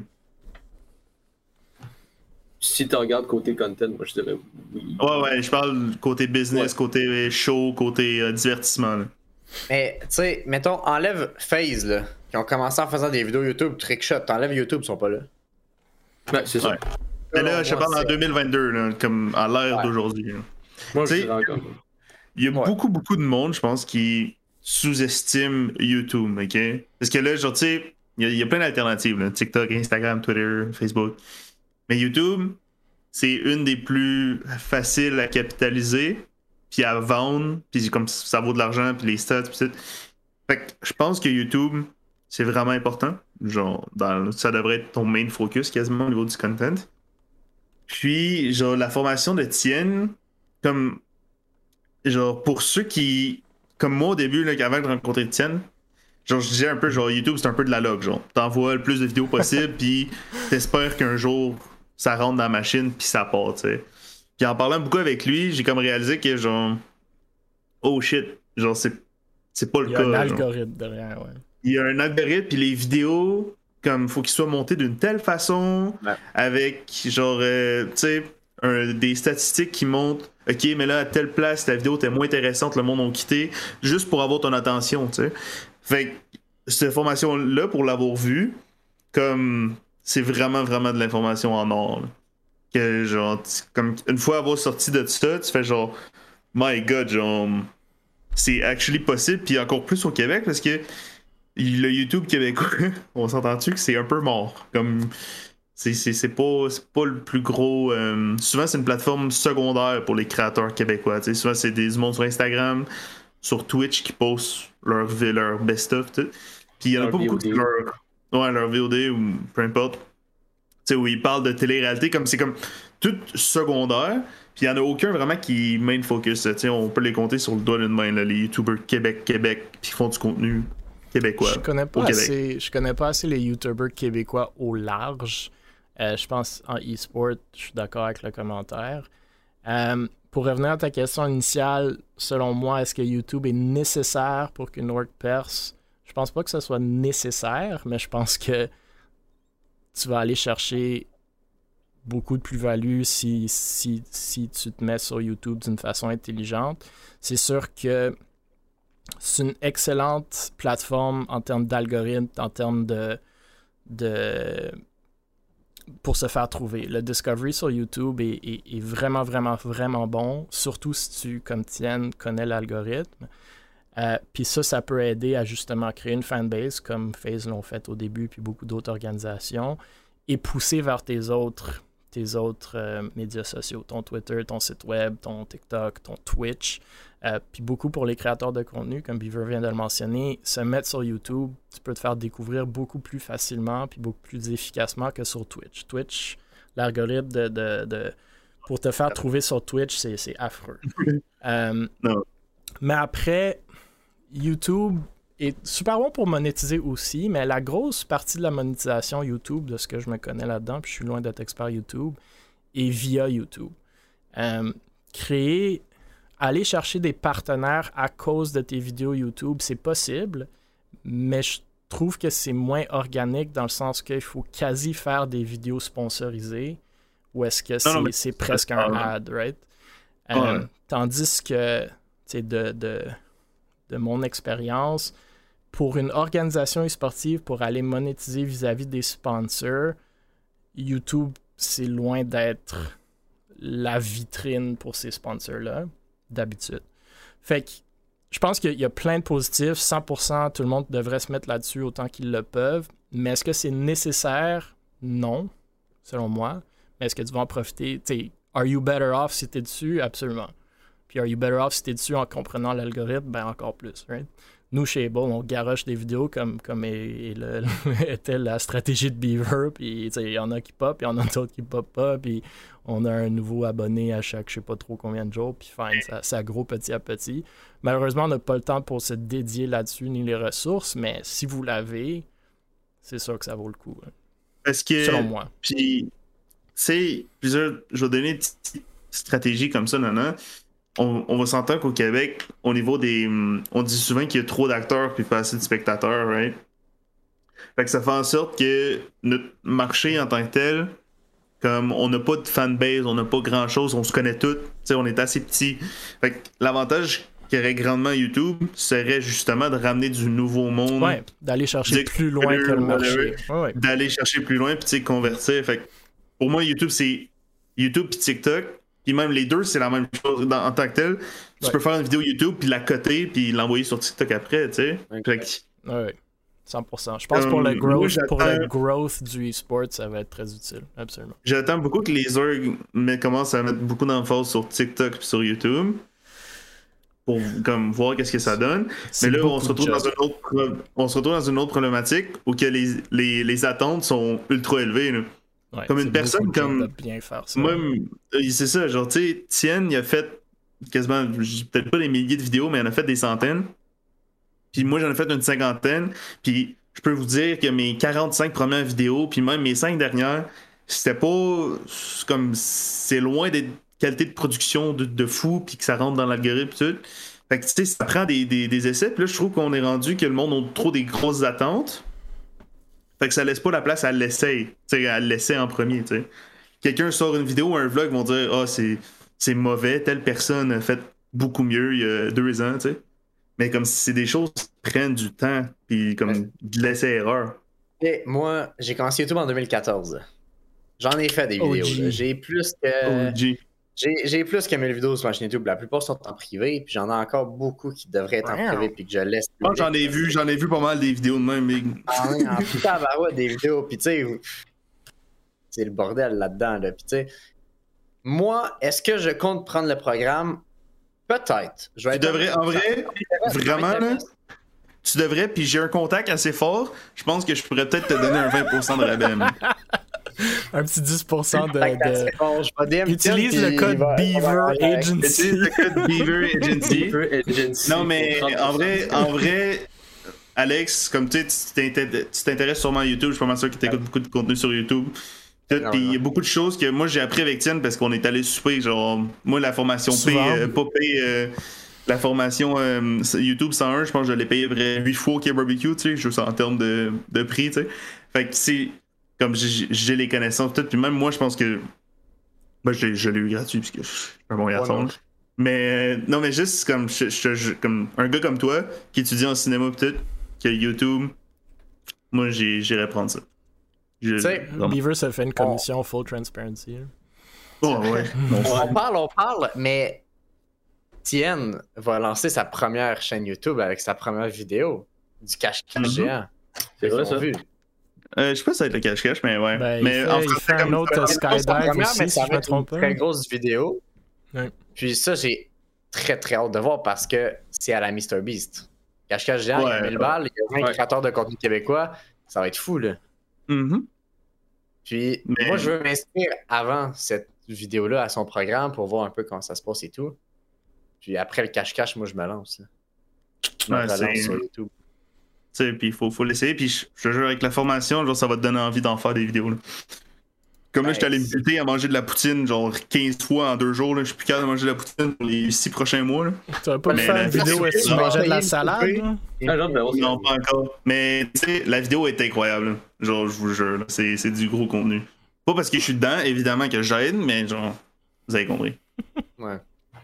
Si tu regardes côté content, moi je dirais oui. Ouais, je parle côté business, côté show, côté divertissement. Là. Mais, tu sais, mettons, enlève FaZe, là, qui ont commencé en faisant des vidéos YouTube, trickshot, t'enlèves YouTube, ils sont pas là. Ouais, c'est ça. Ouais. Mais là, je parle en 2022, là, comme à l'ère d'aujourd'hui. Là. Moi, je dirais encore. Il y a beaucoup de monde, je pense, qui sous-estime YouTube, OK? Parce que là, genre, tu sais, il y a plein d'alternatives, là, TikTok, Instagram, Twitter, Facebook. Mais YouTube, c'est une des plus faciles à capitaliser, puis à vendre, puis comme ça vaut de l'argent, puis les stats, puis tout. Fait que je pense que YouTube, c'est vraiment important. genre, ça devrait être ton main focus quasiment au niveau du content. Puis, genre, la formation de Tien, comme, genre, pour ceux qui, comme moi au début, là, avant de rencontrer Tien, genre, je disais un peu, genre, YouTube, c'est un peu de la log, genre. T'envoies le plus de vidéos possible, puis t'espères qu'un jour, ça rentre dans la machine, puis ça part, tu sais. Puis en parlant beaucoup avec lui, j'ai comme réalisé que, genre, oh shit, genre, c'est pas le cas. Il y a un genre. algorithme derrière, ouais. Il y a un algorithme, puis les vidéos, comme, faut qu'ils soient montés d'une telle façon, avec, genre, tu sais, des statistiques qui montrent, ok, mais là, à telle place, ta vidéo était moins intéressante, le monde a quitté, juste pour avoir ton attention, tu sais. Fait que, cette formation-là, pour l'avoir vue, comme, c'est vraiment, vraiment de l'information en or, là. Que, genre, comme, une fois avoir sorti de ça, tu fais genre, my god, genre, c'est actually possible, puis encore plus au Québec, parce que le YouTube québécois, on s'entend-tu que c'est un peu mort? Comme, c'est pas le plus gros. Souvent, c'est une plateforme secondaire pour les créateurs québécois. T'sais. Souvent, c'est des mondes sur Instagram, sur Twitch qui postent leur best-of. Puis il y en a pas beaucoup qui leur VOD ou peu importe. T'sais, où ils parlent de télé-réalité, comme c'est comme tout secondaire. Puis il n'y en a aucun vraiment qui main focus. On peut les compter sur le doigt d'une main, là, les YouTubers Québec, puis qui font du contenu québécois. Je connais pas assez les YouTubers québécois au large. Je pense en e-sport, je suis d'accord avec le commentaire. Pour revenir à ta question initiale, selon moi, est-ce que YouTube est nécessaire pour qu'une org perce? Je pense pas que ce soit nécessaire, mais je pense que tu vas aller chercher beaucoup de plus-value si tu te mets sur YouTube d'une façon intelligente. C'est sûr que c'est une excellente plateforme en termes d'algorithme, en termes de pour se faire trouver. Le discovery sur YouTube est vraiment, vraiment, vraiment bon, surtout si tu, comme Tien, connais l'algorithme. Puis ça peut aider à justement créer une fanbase, comme FaZe l'ont fait au début, puis beaucoup d'autres organisations, et pousser vers tes autres médias sociaux, ton Twitter, ton site web, ton TikTok, ton Twitch. Puis beaucoup pour les créateurs de contenu, comme Beaver vient de le mentionner, se mettre sur YouTube, tu peux te faire découvrir beaucoup plus facilement puis beaucoup plus efficacement que sur Twitch. Twitch, l'algorithme pour te faire trouver sur Twitch, c'est affreux. Mais après, YouTube est super bon pour monétiser aussi, mais la grosse partie de la monétisation YouTube, de ce que je me connais là-dedans, puis je suis loin d'être expert YouTube, est via YouTube. Aller chercher des partenaires à cause de tes vidéos YouTube, c'est possible, mais je trouve que c'est moins organique dans le sens qu'il faut quasi faire des vidéos sponsorisées ou est-ce que c'est presque un ad, right? Tandis que, tu sais, de mon expérience, pour une organisation e-sportive, pour aller monétiser vis-à-vis des sponsors, YouTube, c'est loin d'être la vitrine pour ces sponsors-là, d'habitude. Fait que je pense qu'il y a plein de positifs. 100%, tout le monde devrait se mettre là-dessus autant qu'ils le peuvent. Mais est-ce que c'est nécessaire? Non, selon moi. Mais est-ce que tu vas en profiter? T'sais, are you better off si t'es dessus? Absolument. Puis are you better off si t'es dessus en comprenant l'algorithme? Ben encore plus, right? Nous, chez Able, on garoche des vidéos comme était la stratégie de Beaver, puis il y en a qui pop, il y en a d'autres qui pop pas, puis on a un nouveau abonné à chaque je sais pas trop combien de jours, puis fine, ça gros petit à petit. Malheureusement, on n'a pas le temps pour se dédier là-dessus, ni les ressources, mais si vous l'avez, c'est sûr que ça vaut le coup. Hein. Parce que, selon moi. Puis, tu sais, je vais donner une petite stratégie comme ça, nana. On va s'entendre qu'au Québec, au niveau des... On dit souvent qu'il y a trop d'acteurs puis pas assez de spectateurs, right? Fait que ça fait en sorte que notre marché en tant que tel, comme on n'a pas de fanbase, on n'a pas grand-chose, on se connaît tous, tu sais, on est assez petits. Fait que l'avantage qu'aurait grandement YouTube serait justement de ramener du nouveau monde. Ouais, d'aller chercher plus loin que le marché. Ouais. D'aller chercher plus loin puis tu sais, convertir. Fait que pour moi, YouTube, c'est YouTube puis TikTok. Puis même les deux, c'est la même chose en tant que tel. Tu peux faire une vidéo YouTube, puis la coter, puis l'envoyer sur TikTok après, tu sais. Okay. Oui, 100%. Je pense pour le growth du e-sport, ça va être très utile, absolument. J'attends beaucoup que les orgs commencent à mettre beaucoup d'emphase sur TikTok et sur YouTube. pour comme voir qu'est-ce que ça donne. C'est Mais là, beaucoup on se de retrouve job. on se retrouve dans une autre problématique où que les attentes sont ultra élevées. Là. Ouais, Comme c'est une personne beaucoup de job comme- de bien faire ça. Moi, c'est ça, genre, tu sais, Tien, il a fait quasiment, peut-être pas des milliers de vidéos, mais il en a fait des centaines. Puis moi, j'en ai fait une cinquantaine. Puis je peux vous dire que mes 45 premières vidéos, puis même mes 5 dernières, c'était pas comme. C'est loin d'être qualité de production de fou, puis que ça rentre dans l'algorithme et tout. Fait que tu sais, ça prend des essais. Puis là, je trouve qu'on est rendu que le monde a trop des grosses attentes. Fait que ça laisse pas la place à l'essai. Tu sais, à l'essai en premier, tu sais. Quelqu'un sort une vidéo ou un vlog, vont dire ah, c'est mauvais, telle personne a fait beaucoup mieux il y a 2 ans, tu sais. Mais comme si c'est des choses qui prennent du temps, puis comme de l'essai-erreur. Et moi, j'ai commencé YouTube en 2014. J'en ai fait des vidéos. OG. Là. J'ai plus que. OG. J'ai plus que 1000 vidéos sur ma chaîne YouTube. La plupart sont en privé, puis j'en ai encore beaucoup qui devraient être en Wow. privé, puis que je laisse. Je pense que j'en ai vu pas mal des vidéos de même, mais En tabarouette des vidéos, puis tu sais, c'est le bordel là-dedans, là. Puis tu sais, moi, est-ce que je compte prendre le programme? Peut-être. Je vais tu devrais, en vrai, vraiment, là, là. tu devrais, puis j'ai un contact assez fort, je pense que je pourrais peut-être te donner un 20% de rabais. man. Un petit 10% de... Utilise le code Beaver Utilise Agency. le code Beaver Agency. Beaver Agency. Non, mais pour 30%. en vrai, Alex, comme tu t'intéresses sûrement à YouTube, je suis pas mal sûr que tu écoutes beaucoup de contenu sur YouTube. Puis il y a beaucoup de choses que moi j'ai appris avec Tienne parce qu'on est allé souper. Genre, moi, la formation la formation YouTube 101, je pense que je l'ai payé près 8 fois au K-Barbecue, tu sais, juste en termes de prix, tu sais. Fait que c'est comme j'ai les connaissances, tout. Puis même moi, je pense que. Moi, je l'ai eu gratuit parce que je suis un bon garçon. Mais non, mais juste comme, comme un gars comme toi qui étudie en cinéma, pis tout, qui a YouTube, moi, j'irais prendre ça. Tu sais, Beaver se fait une commission full transparency. Oh, ouais. on parle, mais Tienne va lancer sa première chaîne YouTube avec sa première vidéo du cache-cache géant. C'est vrai, ça. Je sais pas si ça va être le cache-cache, mais ouais. Ben, mais il fait un autre skydive aussi, mais si ça je va me être une trompe pas. très grosse vidéo. Ouais. Puis ça, j'ai très très hâte de voir parce que c'est à la MrBeast. Cache-cache géant, il y a 1000 balles, il y a 20 créateurs de contenu québécois. Ça va être fou, là. Puis moi, je veux m'inscrire avant cette vidéo-là à son programme pour voir un peu comment ça se passe et tout. Puis après le cache-cache, moi, je me lance. Là. Je me relance sur YouTube. Tu sais, puis il faut l'essayer. Puis je te jure, avec la formation, genre, ça va te donner envie d'en faire des vidéos. Là. Comme là, j'étais allé me buter à manger de la poutine, genre 15 fois en 2 jours. Là. Je suis plus capable de manger de la poutine pour les 6 prochains mois. Là. Tu vas pas me faire une vidéo où tu mangeais de la salade? Non, pas encore. Mais tu sais, la vidéo est incroyable. Là. Genre, je vous jure, là, c'est du gros contenu. Pas parce que je suis dedans, évidemment que j'aide, mais genre, vous avez compris. Ouais.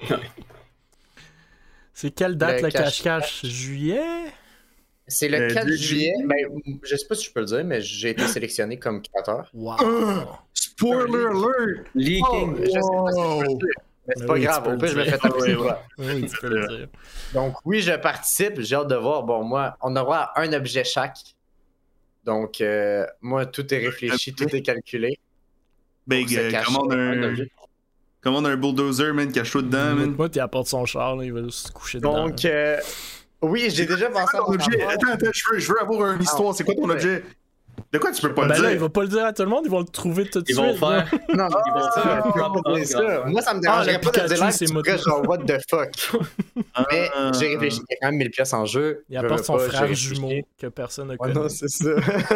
C'est quelle date le cache-cache? Juillet? C'est le 4 2 juillet. Ben, je sais pas si je peux le dire, mais j'ai été sélectionné comme créateur. Wow! Spoiler alert! Leaking. Je sais pas si je peux le dire. Mais c'est Mais pas oui, grave, tu peux au pire, le je me dire. fais taper. Oui, tu peux le dire. Donc, oui, je participe. J'ai hâte de voir. Bon, moi, on aura un objet chaque. Donc, moi, tout est réfléchi, tout est calculé. Big, se cacher. commande un bulldozer, man, cache-toi dedans, man. Moi, tu apportes son char, là, il va juste se coucher dedans. Donc, oui, j'ai déjà pensé à Ton objet? Attends, je veux avoir une histoire. C'est quoi ton objet? De quoi tu peux pas le Ben dire? là, il va pas le dire à tout le monde, ils vont le trouver tout de Ils suite. vont faire. Non, Ils vont ça, faire je peux drop pas dire off, ça. gars. Moi, ça me dérangerait le pas de Pikachu, dire là c'est que tu moto. ferais genre what the fuck. Mais j'ai réfléchi, il y a quand même 1000 pièces en jeu. Il Je apporte veux son pas, j'ai frère réfléchi. jumeau que personne n'a Ouais, connu. non, c'est ça.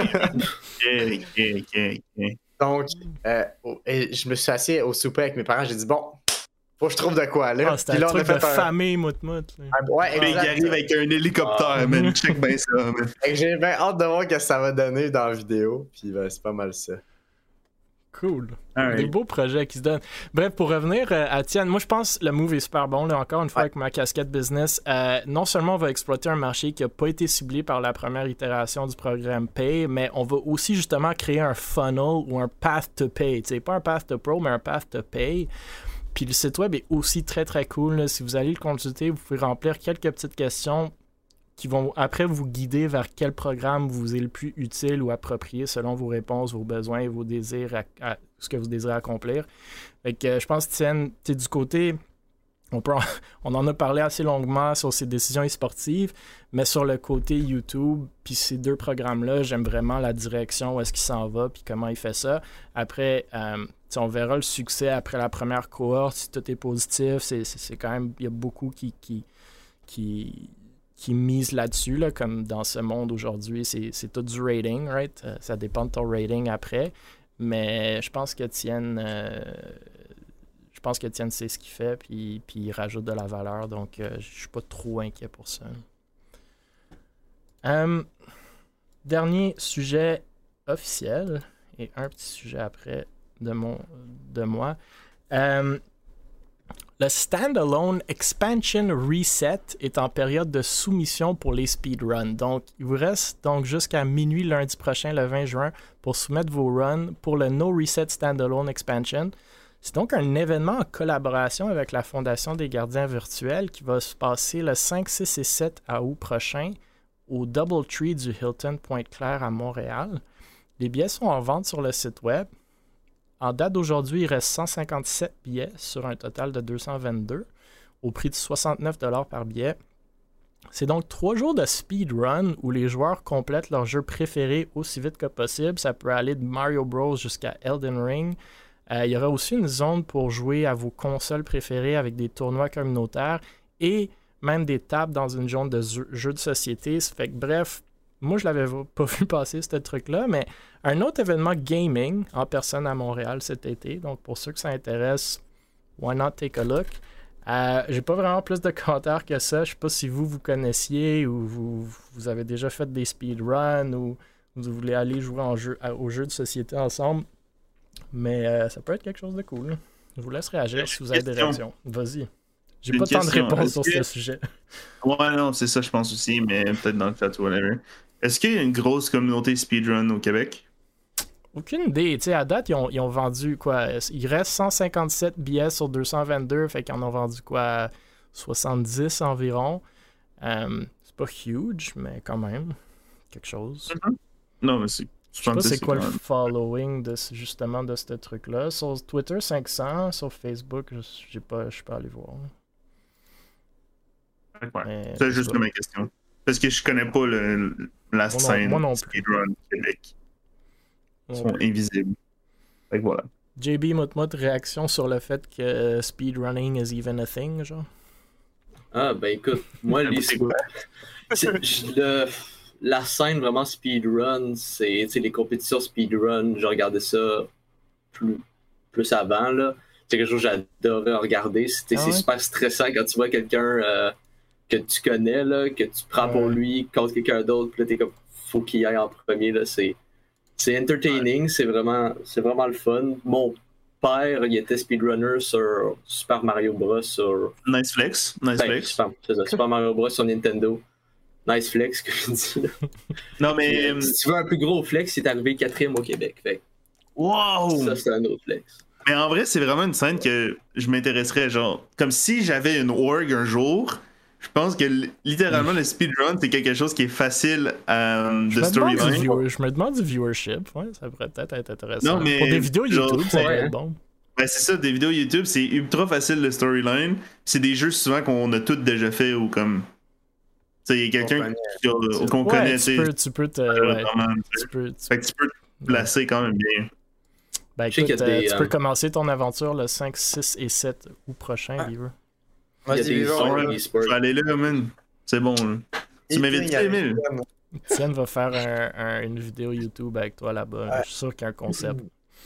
Ok. Donc, et je me suis assis au souper avec mes parents, j'ai dit bon, faut que je trouve de quoi là. Ah, c'était Puis un là, on a truc de fait un. famille, mout. Ouais, Big exact. arrive avec un hélicoptère, man. Check bien ça, man. Fait que j'ai bien hâte de voir ce que ça va donner dans la vidéo. Puis ben, c'est pas mal ça. Cool. Alright. Des beaux projets qui se donnent. Bref, pour revenir à Tienne, moi je pense que le move est super bon. Là, encore une fois, avec ma casquette business, non seulement on va exploiter un marché qui n'a pas été ciblé par la première itération du programme Pay, mais on va aussi justement créer un funnel ou un path to pay. T'sais, pas un path to pro, mais un path to pay. Puis le site web est aussi très très cool. Là. Si vous allez le consulter, vous pouvez remplir quelques petites questions qui vont après vous guider vers quel programme vous est le plus utile ou approprié selon vos réponses, vos besoins et vos désirs à ce que vous désirez accomplir. Fait que je pense que Tienne, du côté on en a parlé assez longuement sur ces décisions e-sportives, mais sur le côté YouTube, puis ces 2 programmes-là, j'aime vraiment la direction, où est-ce qu'il s'en va, puis comment il fait ça. Après, on verra le succès après la première cohorte, si tout est positif, c'est quand même, il y a beaucoup qui misent là-dessus, là, comme dans ce monde aujourd'hui, c'est tout du rating, right? Ça dépend de ton rating après, mais je pense qu'Étienne sait ce qu'il fait, puis il rajoute de la valeur, donc je suis pas trop inquiet pour ça. Dernier sujet officiel, et un petit sujet après de moi. Le Standalone Expansion Reset est en période de soumission pour les speedruns. Donc, il vous reste donc jusqu'à minuit lundi prochain, le 20 juin, pour soumettre vos runs pour le No Reset Standalone Expansion. C'est donc un événement en collaboration avec la Fondation des gardiens virtuels qui va se passer le 5, 6 et 7 août prochain au Doubletree du Hilton Pointe-Claire à Montréal. Les billets sont en vente sur le site web. En date d'aujourd'hui, il reste 157 billets sur un total de 222 au prix de 69 $ par billet. C'est donc 3 jours de speedrun où les joueurs complètent leur jeu préféré aussi vite que possible. Ça peut aller de Mario Bros jusqu'à Elden Ring. Il y aura aussi une zone pour jouer à vos consoles préférées avec des tournois communautaires et même des tables dans une zone de jeux de société. Ça fait que, bref, moi je l'avais pas vu passer ce truc-là, mais un autre événement gaming en personne à Montréal cet été. Donc pour ceux que ça intéresse, why not take a look? J'ai pas vraiment plus de commentaires que ça. Je sais pas si vous connaissiez ou vous avez déjà fait des speedruns ou vous voulez aller jouer aux jeux de société ensemble. Mais ça peut être quelque chose de cool. Je vous laisse réagir si vous avez des réactions. Vas-y. J'ai pas tant de réponses sur ce sujet. Ouais, non, c'est ça, je pense aussi, mais peut-être dans le chat ou whatever. Est-ce qu'il y a une grosse communauté speedrun au Québec? Aucune idée. Tu sais, à date, ils ont vendu quoi? Il reste 157 billets sur 222, fait qu'ils en ont vendu quoi? 70 environ. C'est pas huge, mais quand même, quelque chose. Non, mais c'est... Je sais pas c'est quoi le following justement de ce truc-là. Sur Twitter, 500. Sur Facebook, je suis pas allé voir. Ouais. C'est juste ma question. Parce que je connais pas la scène speedrun Québec. Ils sont invisibles. Fait que voilà. JB Moutmout, réaction sur le fait que speedrunning is even a thing, genre? Ah, ben écoute, moi, la scène vraiment speedrun, c'est les compétitions speedrun, je regardais ça plus avant, là. C'est quelque chose que j'adorais regarder. C'est super stressant quand tu vois quelqu'un que tu connais, là, que tu prends pour lui contre quelqu'un d'autre, puis là, t'es comme, faut qu'il aille en premier, là. C'est entertaining, c'est vraiment le fun. Mon père, il était speedrunner sur Super Mario Bros. Sur... Nice flex. C'est ça, Super Mario Bros. Sur Nintendo. Nice flex, que je dis là. Non, mais. Si tu veux un plus gros flex, il est arrivé 4e au Québec. Fait. Wow! Ça, c'est un autre flex. Mais en vrai, c'est vraiment une scène que je m'intéresserais, genre. Comme si j'avais une org un jour. Je pense que littéralement, le speedrun, c'est quelque chose qui est facile de storyline. Je me demande du viewership. Ouais, ça pourrait peut-être être intéressant. Non, mais pour des vidéos YouTube, ça pourrait être bon. Ouais, c'est ça, des vidéos YouTube, c'est ultra facile le storyline. C'est des jeux souvent qu'on a tous déjà fait ou comme. Tu sais, il y a quelqu'un qu'on connaît. Tu peux te placer quand même bien. Ben écoute, tu peux commencer ton aventure le 5, 6 et 7 août prochain, Beaver. Vas-y, je vais aller là, man. C'est bon, là. Tu m'invites, Emile? Tiens va faire une vidéo YouTube avec toi là-bas. Je suis sûr qu'il y a un concept.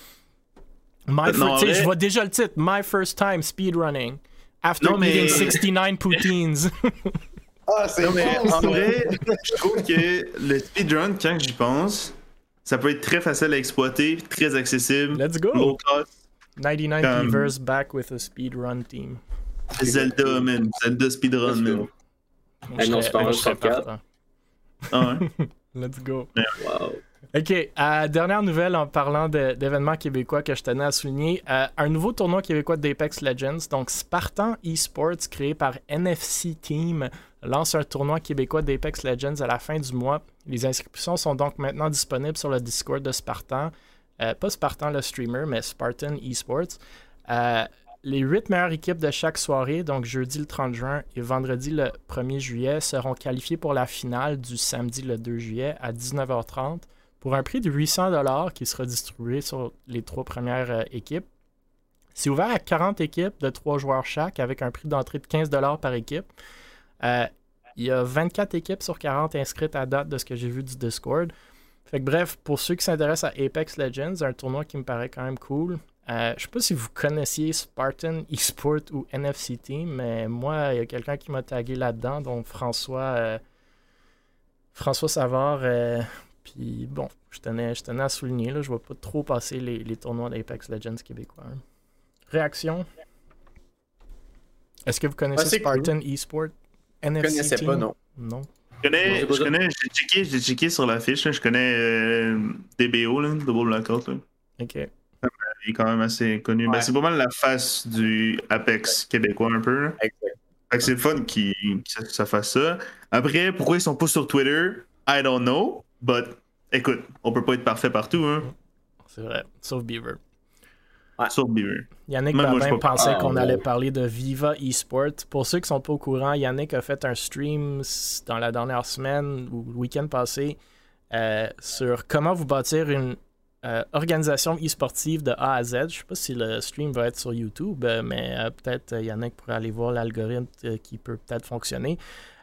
Je vois déjà le titre. My first time speedrunning. After eating 69 poutines. C'est bon, en vrai, je trouve que le speedrun, quand j'y pense, ça peut être très facile à exploiter, très accessible. Let's go! Low cost. 99 Beavers back with a speedrun team. Zelda, man. Zelda speedrun, man. Non, c'est pas un 64. Ah ouais? Let's go. Wow. OK. Dernière nouvelle en parlant d'événements québécois que je tenais à souligner. Un nouveau tournoi québécois d'Apex Legends, donc Spartan Esports, créé par NFC Team, lance un tournoi québécois d'Apex Legends à la fin du mois. Les inscriptions sont donc maintenant disponibles sur le Discord de Spartan. Pas Spartan le streamer, mais Spartan Esports. les 8 meilleures équipes de chaque soirée, donc jeudi le 30 juin et vendredi le 1er juillet, seront qualifiées pour la finale du samedi le 2 juillet à 19h30 pour un prix de 800$ qui sera distribué sur les 3 premières équipes. C'est ouvert à 40 équipes de 3 joueurs chaque avec un prix d'entrée de 15$ par équipe. Il y a 24 équipes sur 40 inscrites à date de ce que j'ai vu du Discord. Fait que bref, pour ceux qui s'intéressent à Apex Legends, un tournoi qui me paraît quand même cool. Je sais pas si vous connaissiez Spartan Esport ou NFC Team, mais moi, il y a quelqu'un qui m'a tagué là-dedans, donc François Savard. Puis bon, je tenais à souligner, là, je ne vais pas trop passer les tournois d'Apex Legends québécois. Réaction? Est-ce que vous connaissez Spartan Esport? NFC Je connaissais Team? pas, non. Non. Je connais, j'ai checké sur la fiche, là, je connais DBO, là, Double Blackout. Là. Ok. Il est quand même assez connu. Ouais. Ben, c'est pas mal la face du Apex québécois un peu. Là. Exact. Fait que c'est le fun que ça fasse ça. Après, pourquoi ils sont pas sur Twitter? I don't know. But écoute, on peut pas être parfait partout. Hein. C'est vrai, sauf Beaver. Ouais. Sauf Beaver. Yannick Même moi, Babin je pensait qu'on ouais. allait parler de Viva eSport. Pour ceux qui sont pas au courant, Yannick a fait un stream dans la dernière semaine ou le week-end passé sur comment vous bâtir une organisation e-sportive de A à Z. Je sais pas si le stream va être sur YouTube, mais peut-être Yannick pourrait aller voir l'algorithme qui peut peut-être fonctionner.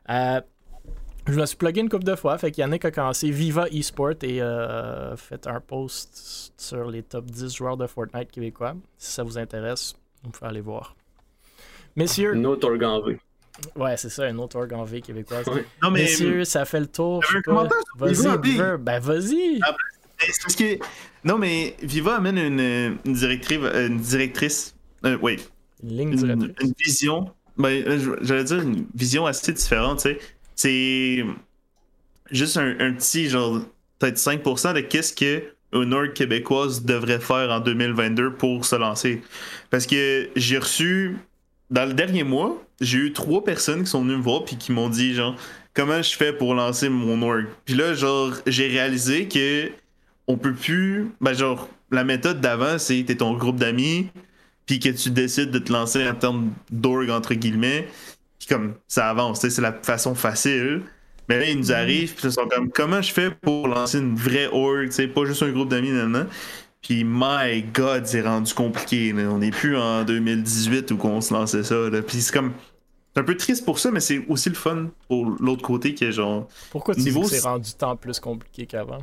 Je me suis plugué une couple de fois, fait que Yannick a commencé Viva eSport et fait un post sur les top 10 joueurs de Fortnite québécois. Si ça vous intéresse, vous pouvez aller voir. Messieurs, Une autre organ V. ouais, c'est ça, un autre orgue en V québécoise. Ouais. Non, mais Messieurs, ça fait le tour. Je sais un pas. commentaire sur Viva, Vas-y, puis- Beaver. Ben, vas-y. c'est parce que. Non, mais Viva amène une directrice. Oui. Une ligne directrice. Une vision. Ben, j'allais dire une vision assez différente, tu sais. C'est juste un petit, genre, peut-être 5% de qu'est-ce qu'une org québécoise devrait faire en 2022 pour se lancer. Parce que j'ai reçu, dans le dernier mois, j'ai eu 3 personnes qui sont venues me voir puis qui m'ont dit, genre, comment je fais pour lancer mon org. Puis là, genre, j'ai réalisé que on peut plus. Ben, genre, la méthode d'avant, c'est t'es ton groupe d'amis, puis que tu décides de te lancer en termes d'org, entre guillemets, puis comme ça avance, c'est la façon facile. Mais là, ils nous arrivent, puis ils sont comme, comment je fais pour lancer une vraie org, pas juste un groupe d'amis, maintenant. Puis, my God, c'est rendu compliqué. Là. On n'est plus en 2018 où on se lançait ça. Là. Puis c'est comme. C'est un peu triste pour ça, mais c'est aussi le fun pour l'autre côté qui est genre. Pourquoi tu dis niveau- que c'est rendu tant plus compliqué qu'avant?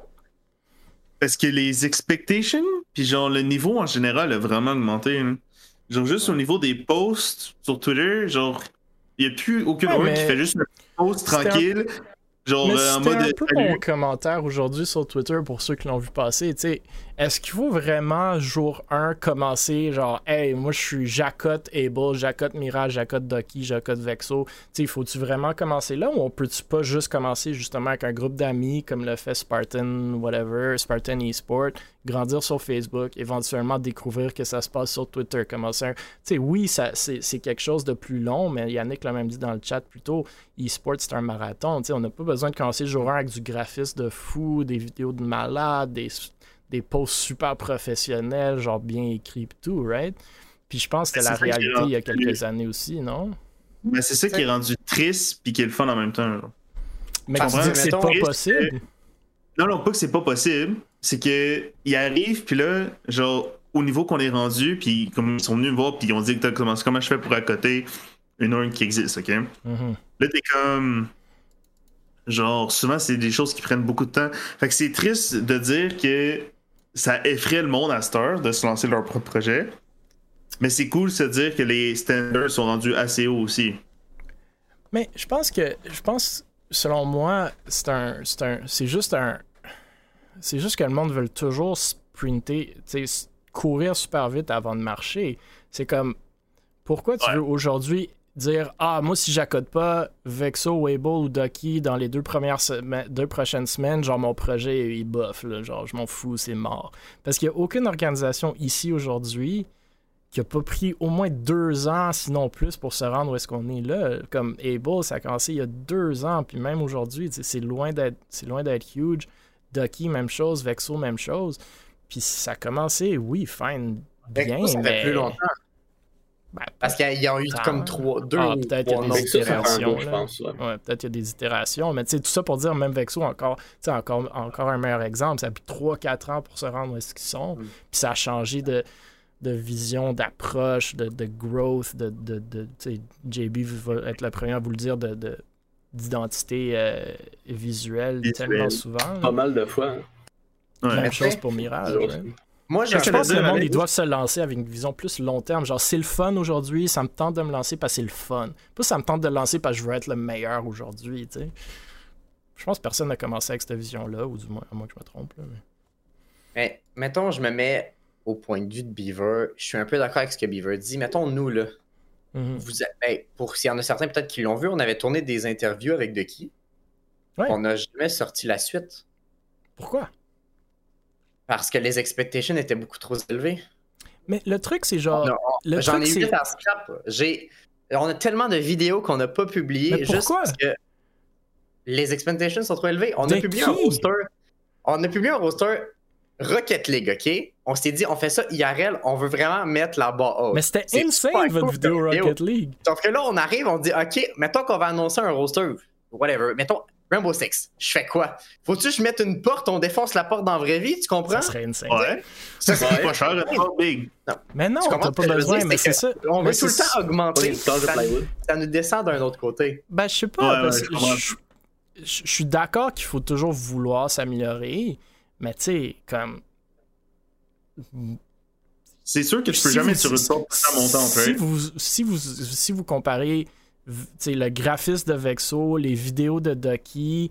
Parce que les expectations, puis genre le niveau en général a vraiment augmenté. Là. Genre juste au niveau des posts sur Twitter, genre il n'y a plus aucune Ouais, org mais qui fait juste un post c'était tranquille. Genre Mais en c'était mode un peu salut. mon commentaire aujourd'hui sur Twitter pour ceux qui l'ont vu passer. T'sais, est-ce qu'il faut vraiment, jour 1, commencer genre, hey, moi je suis Jacotte Able, Jacotte Mirage, Jacotte Ducky, Jacotte Vexo. T'sais, faut-tu vraiment commencer là ou on peut-tu pas juste commencer justement avec un groupe d'amis comme le fait Spartan, whatever, Spartan eSport, grandir sur Facebook, éventuellement découvrir que ça se passe sur Twitter, commencer un. T'sais, oui, c'est quelque chose de plus long, mais Yannick l'a même dit dans le chat plus tôt, eSport c'est un marathon. T'sais, on n'a pas besoin de commencer le jour 1 avec du graphisme de fou, des vidéos de malades, des posts super professionnels, genre bien écrits et tout, right? Puis je pense que Mais la c'est ça qui est réalité il y a rendu- quelques années aussi, non? Mais c'est ça qui est rendu triste puis qui est le fun en même temps. Genre. Mais Je tu dis comprends, que c'est mettons, pas triste, possible. Non, pas que c'est pas possible. C'est que ils arrivent, puis là, genre, au niveau qu'on est rendu, puis comme ils sont venus me voir, puis ils ont dit que comment je fais pour accoter une org qui existe, ok? Mhm. Là, t'es comme. Genre, souvent, c'est des choses qui prennent beaucoup de temps. Fait que c'est triste de dire que ça effraie le monde à cette heure de se lancer leur propre projet. Mais c'est cool de se dire que les standards sont rendus assez hauts aussi. Mais je pense, selon moi, c'est juste que le monde veut toujours sprinter, tu sais, courir super vite avant de marcher. C'est comme, pourquoi tu Ouais. veux aujourd'hui dire, ah, moi, si j'accode pas Vexo, Weibo ou Ducky dans les 2 prochaines semaines, genre, mon projet, il bof, là, genre, je m'en fous, c'est mort. Parce qu'il n'y a aucune organisation ici aujourd'hui qui a pas pris au moins 2 ans, sinon plus, pour se rendre où est-ce qu'on est là. Comme Able, ça a commencé il y a 2 ans, puis même aujourd'hui, tu sais, c'est loin d'être huge. Ducky, même chose. Vexo, même chose. Puis ça a commencé, oui, fine, bien, Ça fait mais... plus longtemps. Ben, Parce qu'il y a eu comme deux ou peut-être il y a trois des noms Vexo, ça fait un itérations. bout, je là. pense. Ouais. Ouais, peut-être qu'il y a des itérations, mais tu sais, tout ça pour dire, même Vexo, encore un meilleur exemple, ça a pris 3-4 ans pour se rendre où est-ce qu'ils sont, puis ça a changé de vision, d'approche, de growth, tu sais, JB va être le premier à vous le dire, d'identité visuelle tellement souvent. là. Pas mal de fois. Hein. Ouais. Même chose pour Mirage. Ouais. ouais. Moi, Je pense que le monde, Alex? ils doivent se lancer avec une vision plus long terme. Genre, c'est le fun aujourd'hui, ça me tente de me lancer parce que c'est le fun. Pas ça me tente de lancer parce que je veux être le meilleur aujourd'hui, tu sais. Je pense que personne n'a commencé avec cette vision-là, ou du moins, à moins que je me trompe. Là, Mais mettons, je me mets au point de vue de Beaver. Je suis un peu d'accord avec ce que Beaver dit. Mettons, nous, là, Mhm. pour s'il y en a certains peut-être qui l'ont vu, on avait tourné des interviews avec Ducky. Ouais. On n'a jamais sorti la suite. Pourquoi? Parce que les expectations étaient beaucoup trop élevées. Mais le truc, c'est genre... Non, le J'en truc, ai eu c'est... 8 à scrap. On a tellement de vidéos qu'on n'a pas publiées Mais juste pourquoi? parce que les expectations sont trop élevées. On De a publié qui? un roster. On a publié un roster Rocket League, OK? On s'est dit, on fait ça IRL, on veut vraiment mettre la barre haute. Mais c'était C'est insane, super votre cool vidéo comme Rocket League. Sauf que là, on arrive, on dit, OK, mettons qu'on va annoncer un roster, whatever. Mettons Rainbow Six. Je fais quoi? Faut-tu que je mette une porte, on défonce la porte dans la vraie vie, tu comprends? Ça serait insane. Ouais. Ça, c'est pas cher, c'est pas big. Mais non, Tu comprends t'as ce que pas je veux besoin, dire, mais c'est que ça. On Mais veut tout le c'est- temps augmenter. Une planche de plywood. Ça nous descend d'un autre côté. Ben, je sais pas, Ouais, parce ouais, que je comprends. je suis d'accord qu'il faut toujours vouloir s'améliorer, mais tu sais, comme... C'est sûr que tu peux Si jamais vous- être sur une porte tout le temps montante, right? si vous comparez tu sais, le graphisme de Vexo, les vidéos de Ducky,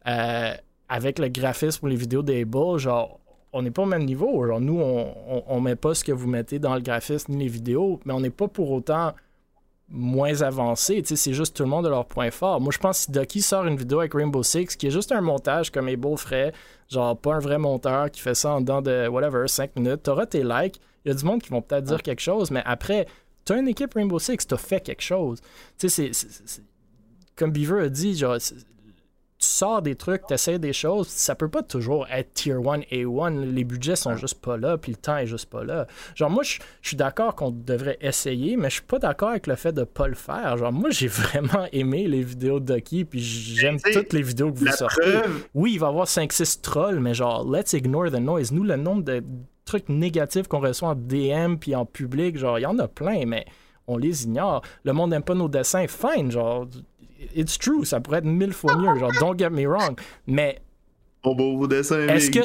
avec le graphisme pour les vidéos d'Able, genre, on n'est pas au même niveau. Genre, nous, on met pas ce que vous mettez dans le graphisme ni les vidéos, mais on n'est pas pour autant moins avancé. Tu sais, c'est juste tout le monde a leur point fort. Moi, je pense que si Ducky sort une vidéo avec Rainbow Six, qui est juste un montage comme Able ferait, genre pas un vrai monteur qui fait ça en dedans de, whatever, 5 minutes, t'auras tes likes. Il y a du monde qui vont peut-être dire quelque chose, mais après, t'as une équipe Rainbow Six, t'as fait quelque chose. Tu sais, c'est comme Beaver a dit, genre, tu sors des trucs, t'essayes des choses, ça peut pas toujours être Tier 1 A1, les budgets sont juste pas là, puis le temps est juste pas là. Genre, moi, je suis d'accord qu'on devrait essayer, mais je suis pas d'accord avec le fait de pas le faire. Genre, moi, j'ai vraiment aimé les vidéos de Ducky, puis j'aime Tu sais, toutes les vidéos que vous La sortez. preuve, Oui, il va y avoir 5-6 trolls, mais genre, let's ignore the noise. Nous, le nombre de trucs négatifs qu'on reçoit en DM puis en public, genre, il y en a plein, mais on les ignore. Le monde n'aime pas nos dessins, fine, genre, it's true, ça pourrait être 1000 fois mieux, genre, don't get me wrong. Mais on va au dessin. est-ce big. que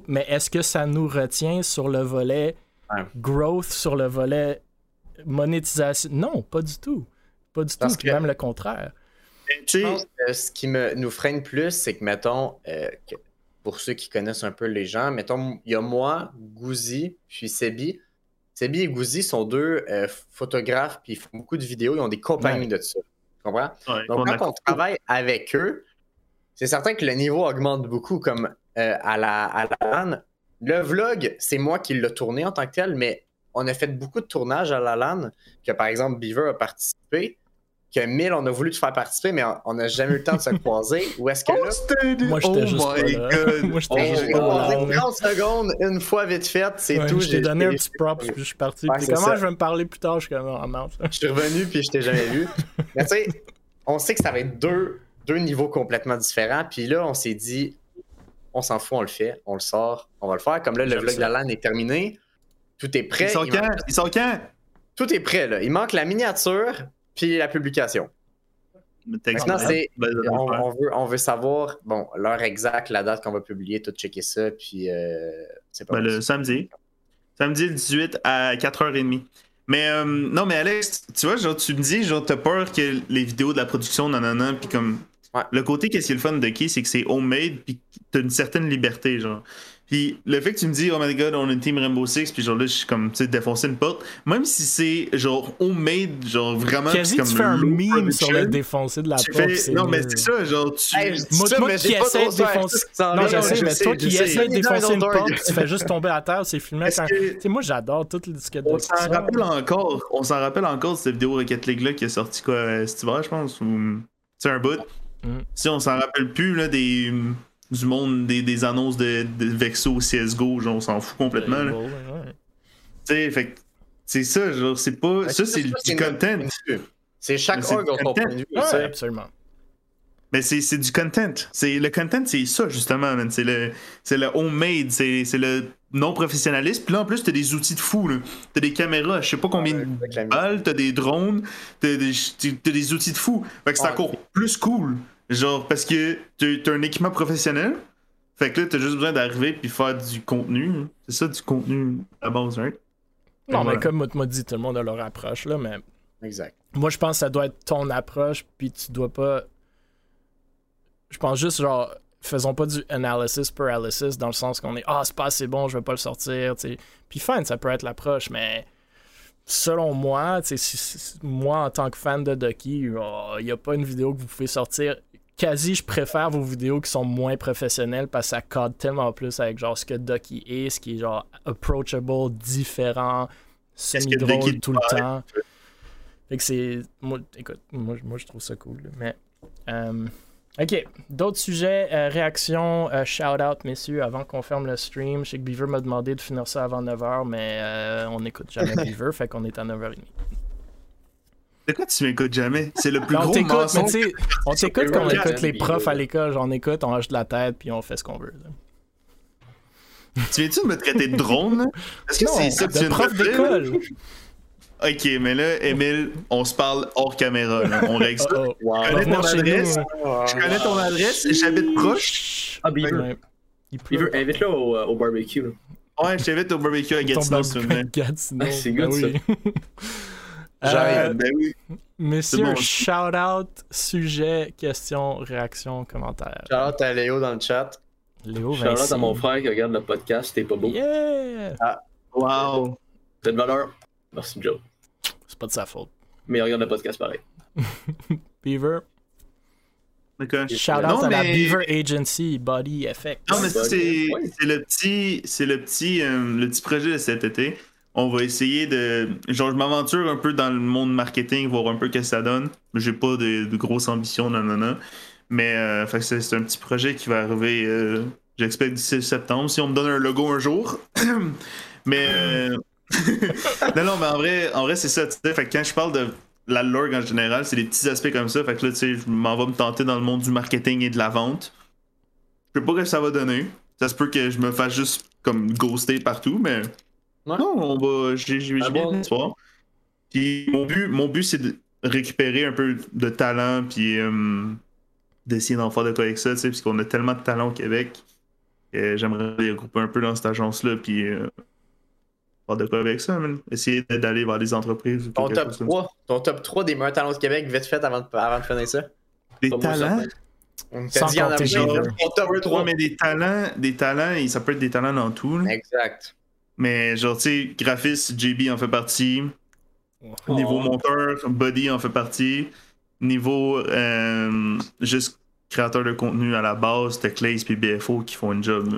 ça nous retient sur le volet Ouais. growth, sur le volet monétisation? Non, pas du tout. Pas du Parce tout, puis que- même le contraire. Je Tu sais, pense que ce qui nous freine plus, c'est que, mettons, que pour ceux qui connaissent un peu les gens, mettons, il y a moi, Gouzi, puis Sebi. Sebi et Gouzi sont deux photographes, puis ils font beaucoup de vidéos, ils ont des compagnies de ça. Tu comprends? ouais, Donc, on a- quand on travaille avec eux, c'est certain que le niveau augmente beaucoup, comme à la LAN. Le vlog, c'est moi qui l'ai tourné en tant que tel, mais on a fait beaucoup de tournages à la LAN, que par exemple, Beaver a participé, que 1000, on a voulu te faire participer, mais on n'a jamais eu le temps de se croiser. Ou est-ce que là, Moi, j'étais oh juste my pas là. God. Moi, j'étais on juste s'est pas croisé là. 30 secondes, une fois vite fait, c'est Ouais, tout. je t'ai donné un j'ai- petit prop, puis je suis parti. Ouais, Puis c'est comment ça. je vais me parler plus tard? Je suis comme, oh, non. Je suis revenu, puis je t'ai jamais vu. Mais tu sais, on sait que ça va être deux niveaux complètement différents. Puis là, on s'est dit, on s'en fout, on le fait, on le sort, on va le faire. Comme là, le J'aime vlog de ça. la LAN est terminé. Tout est prêt. Ils sont Il quand? manque- Ils sont quand? Tout est prêt, là. Il manque la miniature, puis la publication. Maintenant, c'est. On veut savoir, bon, l'heure exacte, la date qu'on va publier, tout checker ça, puis c'est pas Le samedi. Samedi le 18 à 4h30. Mais non, mais Alex, tu vois, genre, tu me dis, genre, t'as peur que les vidéos de la production, nanana, puis comme. Ouais. Le côté, qu'est-ce qui est le fun de Key, c'est que c'est homemade, puis t'as une certaine liberté, genre. Puis le fait que tu me dis, oh my god, on a une team Rainbow Six, puis genre là, je suis comme, tu sais, défoncer une porte, même si c'est genre homemade, genre vraiment. Quasi, comme tu fais un low meme production, sur le défoncer de la tu porte. fais... Non, mais c'est ça, genre, tu. Hey, Moi, ça, toi mais qui j'ai pas essaie trop de ça, défoncer. ça, Non, là, je sais, mais toi qui je sais. essaies de défoncer une Dog. porte, tu fais juste tomber à terre, c'est filmé Est-ce avec un. que- Tu sais, moi, j'adore tout ce que On s'en rappelle encore de cette vidéo Rocket League-là qui est sortie quoi, cet hiver, je pense, ou c'est un bout. Si on s'en rappelle plus là, du monde des annonces de Vexo, CSGO, genre, on s'en fout complètement. Là. Tu sais, fait que C'est ça, genre, c'est pas. Ça, c'est du content. C'est chaque org a son point de vue. Ouais, absolument. Mais c'est du content. Le content, c'est ça, justement, man. C'est le homemade, c'est le non-professionnalisme. Puis là, en plus, t'as des outils de fou, là. T'as des caméras, je sais pas combien de balles, t'as des drones, t'as des outils de fou. Fait que c'est encore plus cool. Genre, parce que t'as un équipement professionnel. Fait que là, t'as juste besoin d'arriver puis faire du contenu. C'est ça, du contenu à base, right? Non, mais comme tu m'as dit, tout le monde a leur approche, là, mais... Exact. Moi, je pense que ça doit être ton approche, puis tu dois pas... Je pense juste, genre, faisons pas du analysis paralysis dans le sens qu'on est « Ah, c'est pas assez bon, je vais pas le sortir », tu sais. Puis fine, ça peut être l'approche, mais selon moi, tu sais, moi, en tant que fan de Ducky, il y a pas une vidéo que vous pouvez sortir. Quasi, je préfère vos vidéos qui sont moins professionnelles parce que ça cadre tellement plus avec, genre, ce que Ducky est, ce qui est, genre, approachable, différent, semi-drôle tout le temps. Fait que c'est... Moi, écoute, moi je trouve ça cool, mais... OK, d'autres sujets, réactions, shout-out, messieurs, avant qu'on ferme le stream. Je sais que Beaver m'a demandé de finir ça avant 9h, mais on n'écoute jamais Beaver, fait qu'on est à 9h30. De quoi tu m'écoutes jamais? C'est le plus on gros t'écoute, mensonge. mais tu sais, on t'écoute comme on écoute les profs à l'école. J'en écoute, on lâche de la tête, puis on fait ce qu'on veut. Là. Tu viens-tu de me traiter de drone? Là? Est-ce que Non, c'est ça que tu viens de prof me faire? d'école. Ok, mais là, Émile, on se parle hors caméra. Là. On règle ça. Wow. Je connais ton adresse. Je connais ton adresse. J'habite proche. Ah, Beaver. Beaver, invite-le au barbecue. Là. Ouais, je t'invite au barbecue à Gatineau, s'il te plaît. Gatineau. Ah, c'est good, ça. J'arrive, ben oui. Messieurs, bon. shout-out, sujet, question, réaction, commentaire. Shout-out à Léo dans le chat. Léo, Shout-out Vinci. à mon frère qui regarde le podcast, t'es pas beau. Yeah! Wow. T'as de valeur. Merci, Joe. C'est pas de sa faute. Mais il regarde le podcast pareil. Beaver. D'accord. Shout-out à la Beaver Agency, Body Effect. Non, mais c'est le petit projet de cet été. On va essayer de... Genre, je m'aventure un peu dans le monde marketing, voir un peu ce que ça donne. J'ai pas de grosses ambitions, non. Mais fait que c'est un petit projet qui va arriver, j'expecte d'ici septembre, si on me donne un logo un jour. Mais... non, mais en vrai c'est ça, tu sais. Fait que quand je parle de la lore en général, c'est des petits aspects comme ça. Fait que là, tu sais, je m'en vais me tenter dans le monde du marketing et de la vente. Je sais pas ce que ça va donner. Ça se peut que je me fasse juste comme ghoster partout, mais... Ouais. Non, j'ai bien d'espoir. Puis mon but, c'est de récupérer un peu de talent, puis d'essayer d'en faire de quoi avec ça, tu sais, parce qu'on a tellement de talent au Québec. J'aimerais les regrouper un peu dans cette agence-là, puis faire de quoi avec ça, man. Essayer d'aller vers des entreprises. Ou Ton quelque top chose comme ça. 3. Ton top 3 des meilleurs talents du Québec, vite fait avant de finir ça. Des Pas moi, talents? ça. On Sans t'a dit en compter avant. Beaver. Ton top 3. Ouais, mais des talents, et ça peut être des talents dans tout, là. Exact. Mais genre, tu sais, graphiste, JB en fait partie. Niveau monteur, Buddy en fait partie. Niveau juste créateur de contenu à la base, t'as Clays et BFO qui font une job.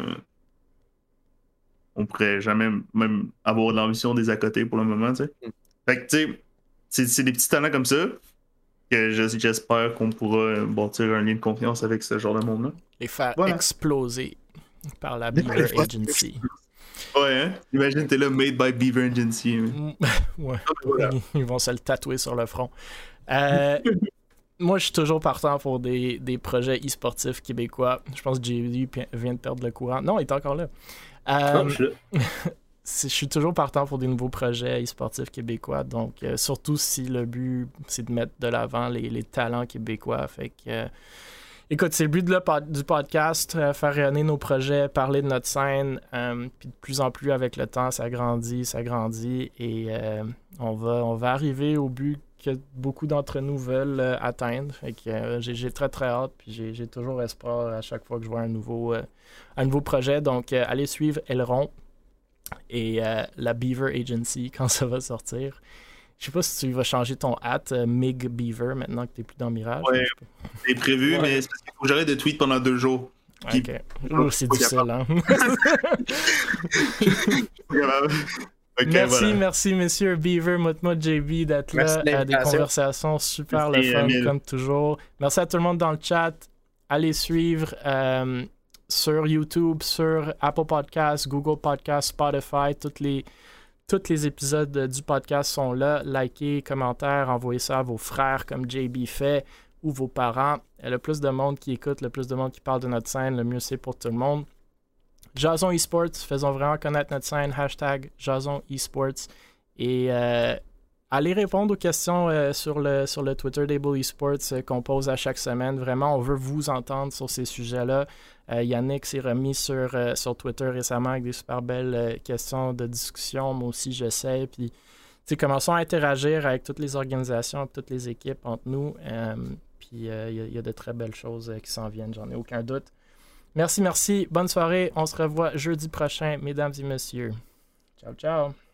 On pourrait jamais même avoir de l'ambition des à côté pour le moment, tu sais. Fait que, tu sais, c'est des petits talents comme ça que j'espère qu'on pourra bâtir un lien de confiance avec ce genre de monde-là. Les faire Voilà. exploser par la Beaver Agency. Ouais, hein? Imagine, t'es là, made by Beaver Agency. Hein? Ouais. Voilà. Ils vont se le tatouer sur le front. Moi, je suis toujours partant pour des projets e-sportifs québécois. Je pense que JD vient de perdre le courant. Non, il est encore là. Non, je suis là. Je suis toujours partant pour des nouveaux projets e-sportifs québécois. Donc, surtout si le but, c'est de mettre de l'avant les talents québécois. Fait que... écoute, c'est le but du podcast, faire rayonner nos projets, parler de notre scène, puis de plus en plus avec le temps, ça grandit, et on va arriver au but que beaucoup d'entre nous veulent atteindre. Fait que j'ai très très hâte, puis j'ai toujours espoir à chaque fois que je vois un nouveau projet. Donc, allez suivre Aileron et la Beaver Agency quand ça va sortir. Je sais pas si tu vas changer ton Mig Beaver maintenant que t'es plus dans Mirage. Ouais, c'est prévu, mais c'est parce qu'il faut que j'arrête de tweet pendant 2 jours. Ok. Oh, c'est difficile, hein? Okay, merci, messieurs Beaver, Motma, JB, d'être là. Des conversations super le fun, comme toujours. Merci à tout le monde dans le chat. Allez suivre sur YouTube, sur Apple Podcasts, Google Podcasts, Spotify, toutes tous les épisodes du podcast sont là. Likez, commentaires, envoyez ça à vos frères comme JB fait ou vos parents. Le plus de monde qui écoute, le plus de monde qui parle de notre scène, le mieux c'est pour tout le monde. Jason Esports, faisons vraiment connaître notre scène. Hashtag Jason Esports. Et allez répondre aux questions sur le Twitter d'Able Esports qu'on pose à chaque semaine. Vraiment, on veut vous entendre sur ces sujets-là. Yannick s'est remis sur Twitter récemment avec des super belles questions de discussion. Moi aussi, j'essaie. Puis, commençons à interagir avec toutes les organisations, toutes les équipes entre nous. Puis, il y a de très belles choses qui s'en viennent, j'en ai aucun doute. Merci. Bonne soirée. On se revoit jeudi prochain, mesdames et messieurs. Ciao, ciao.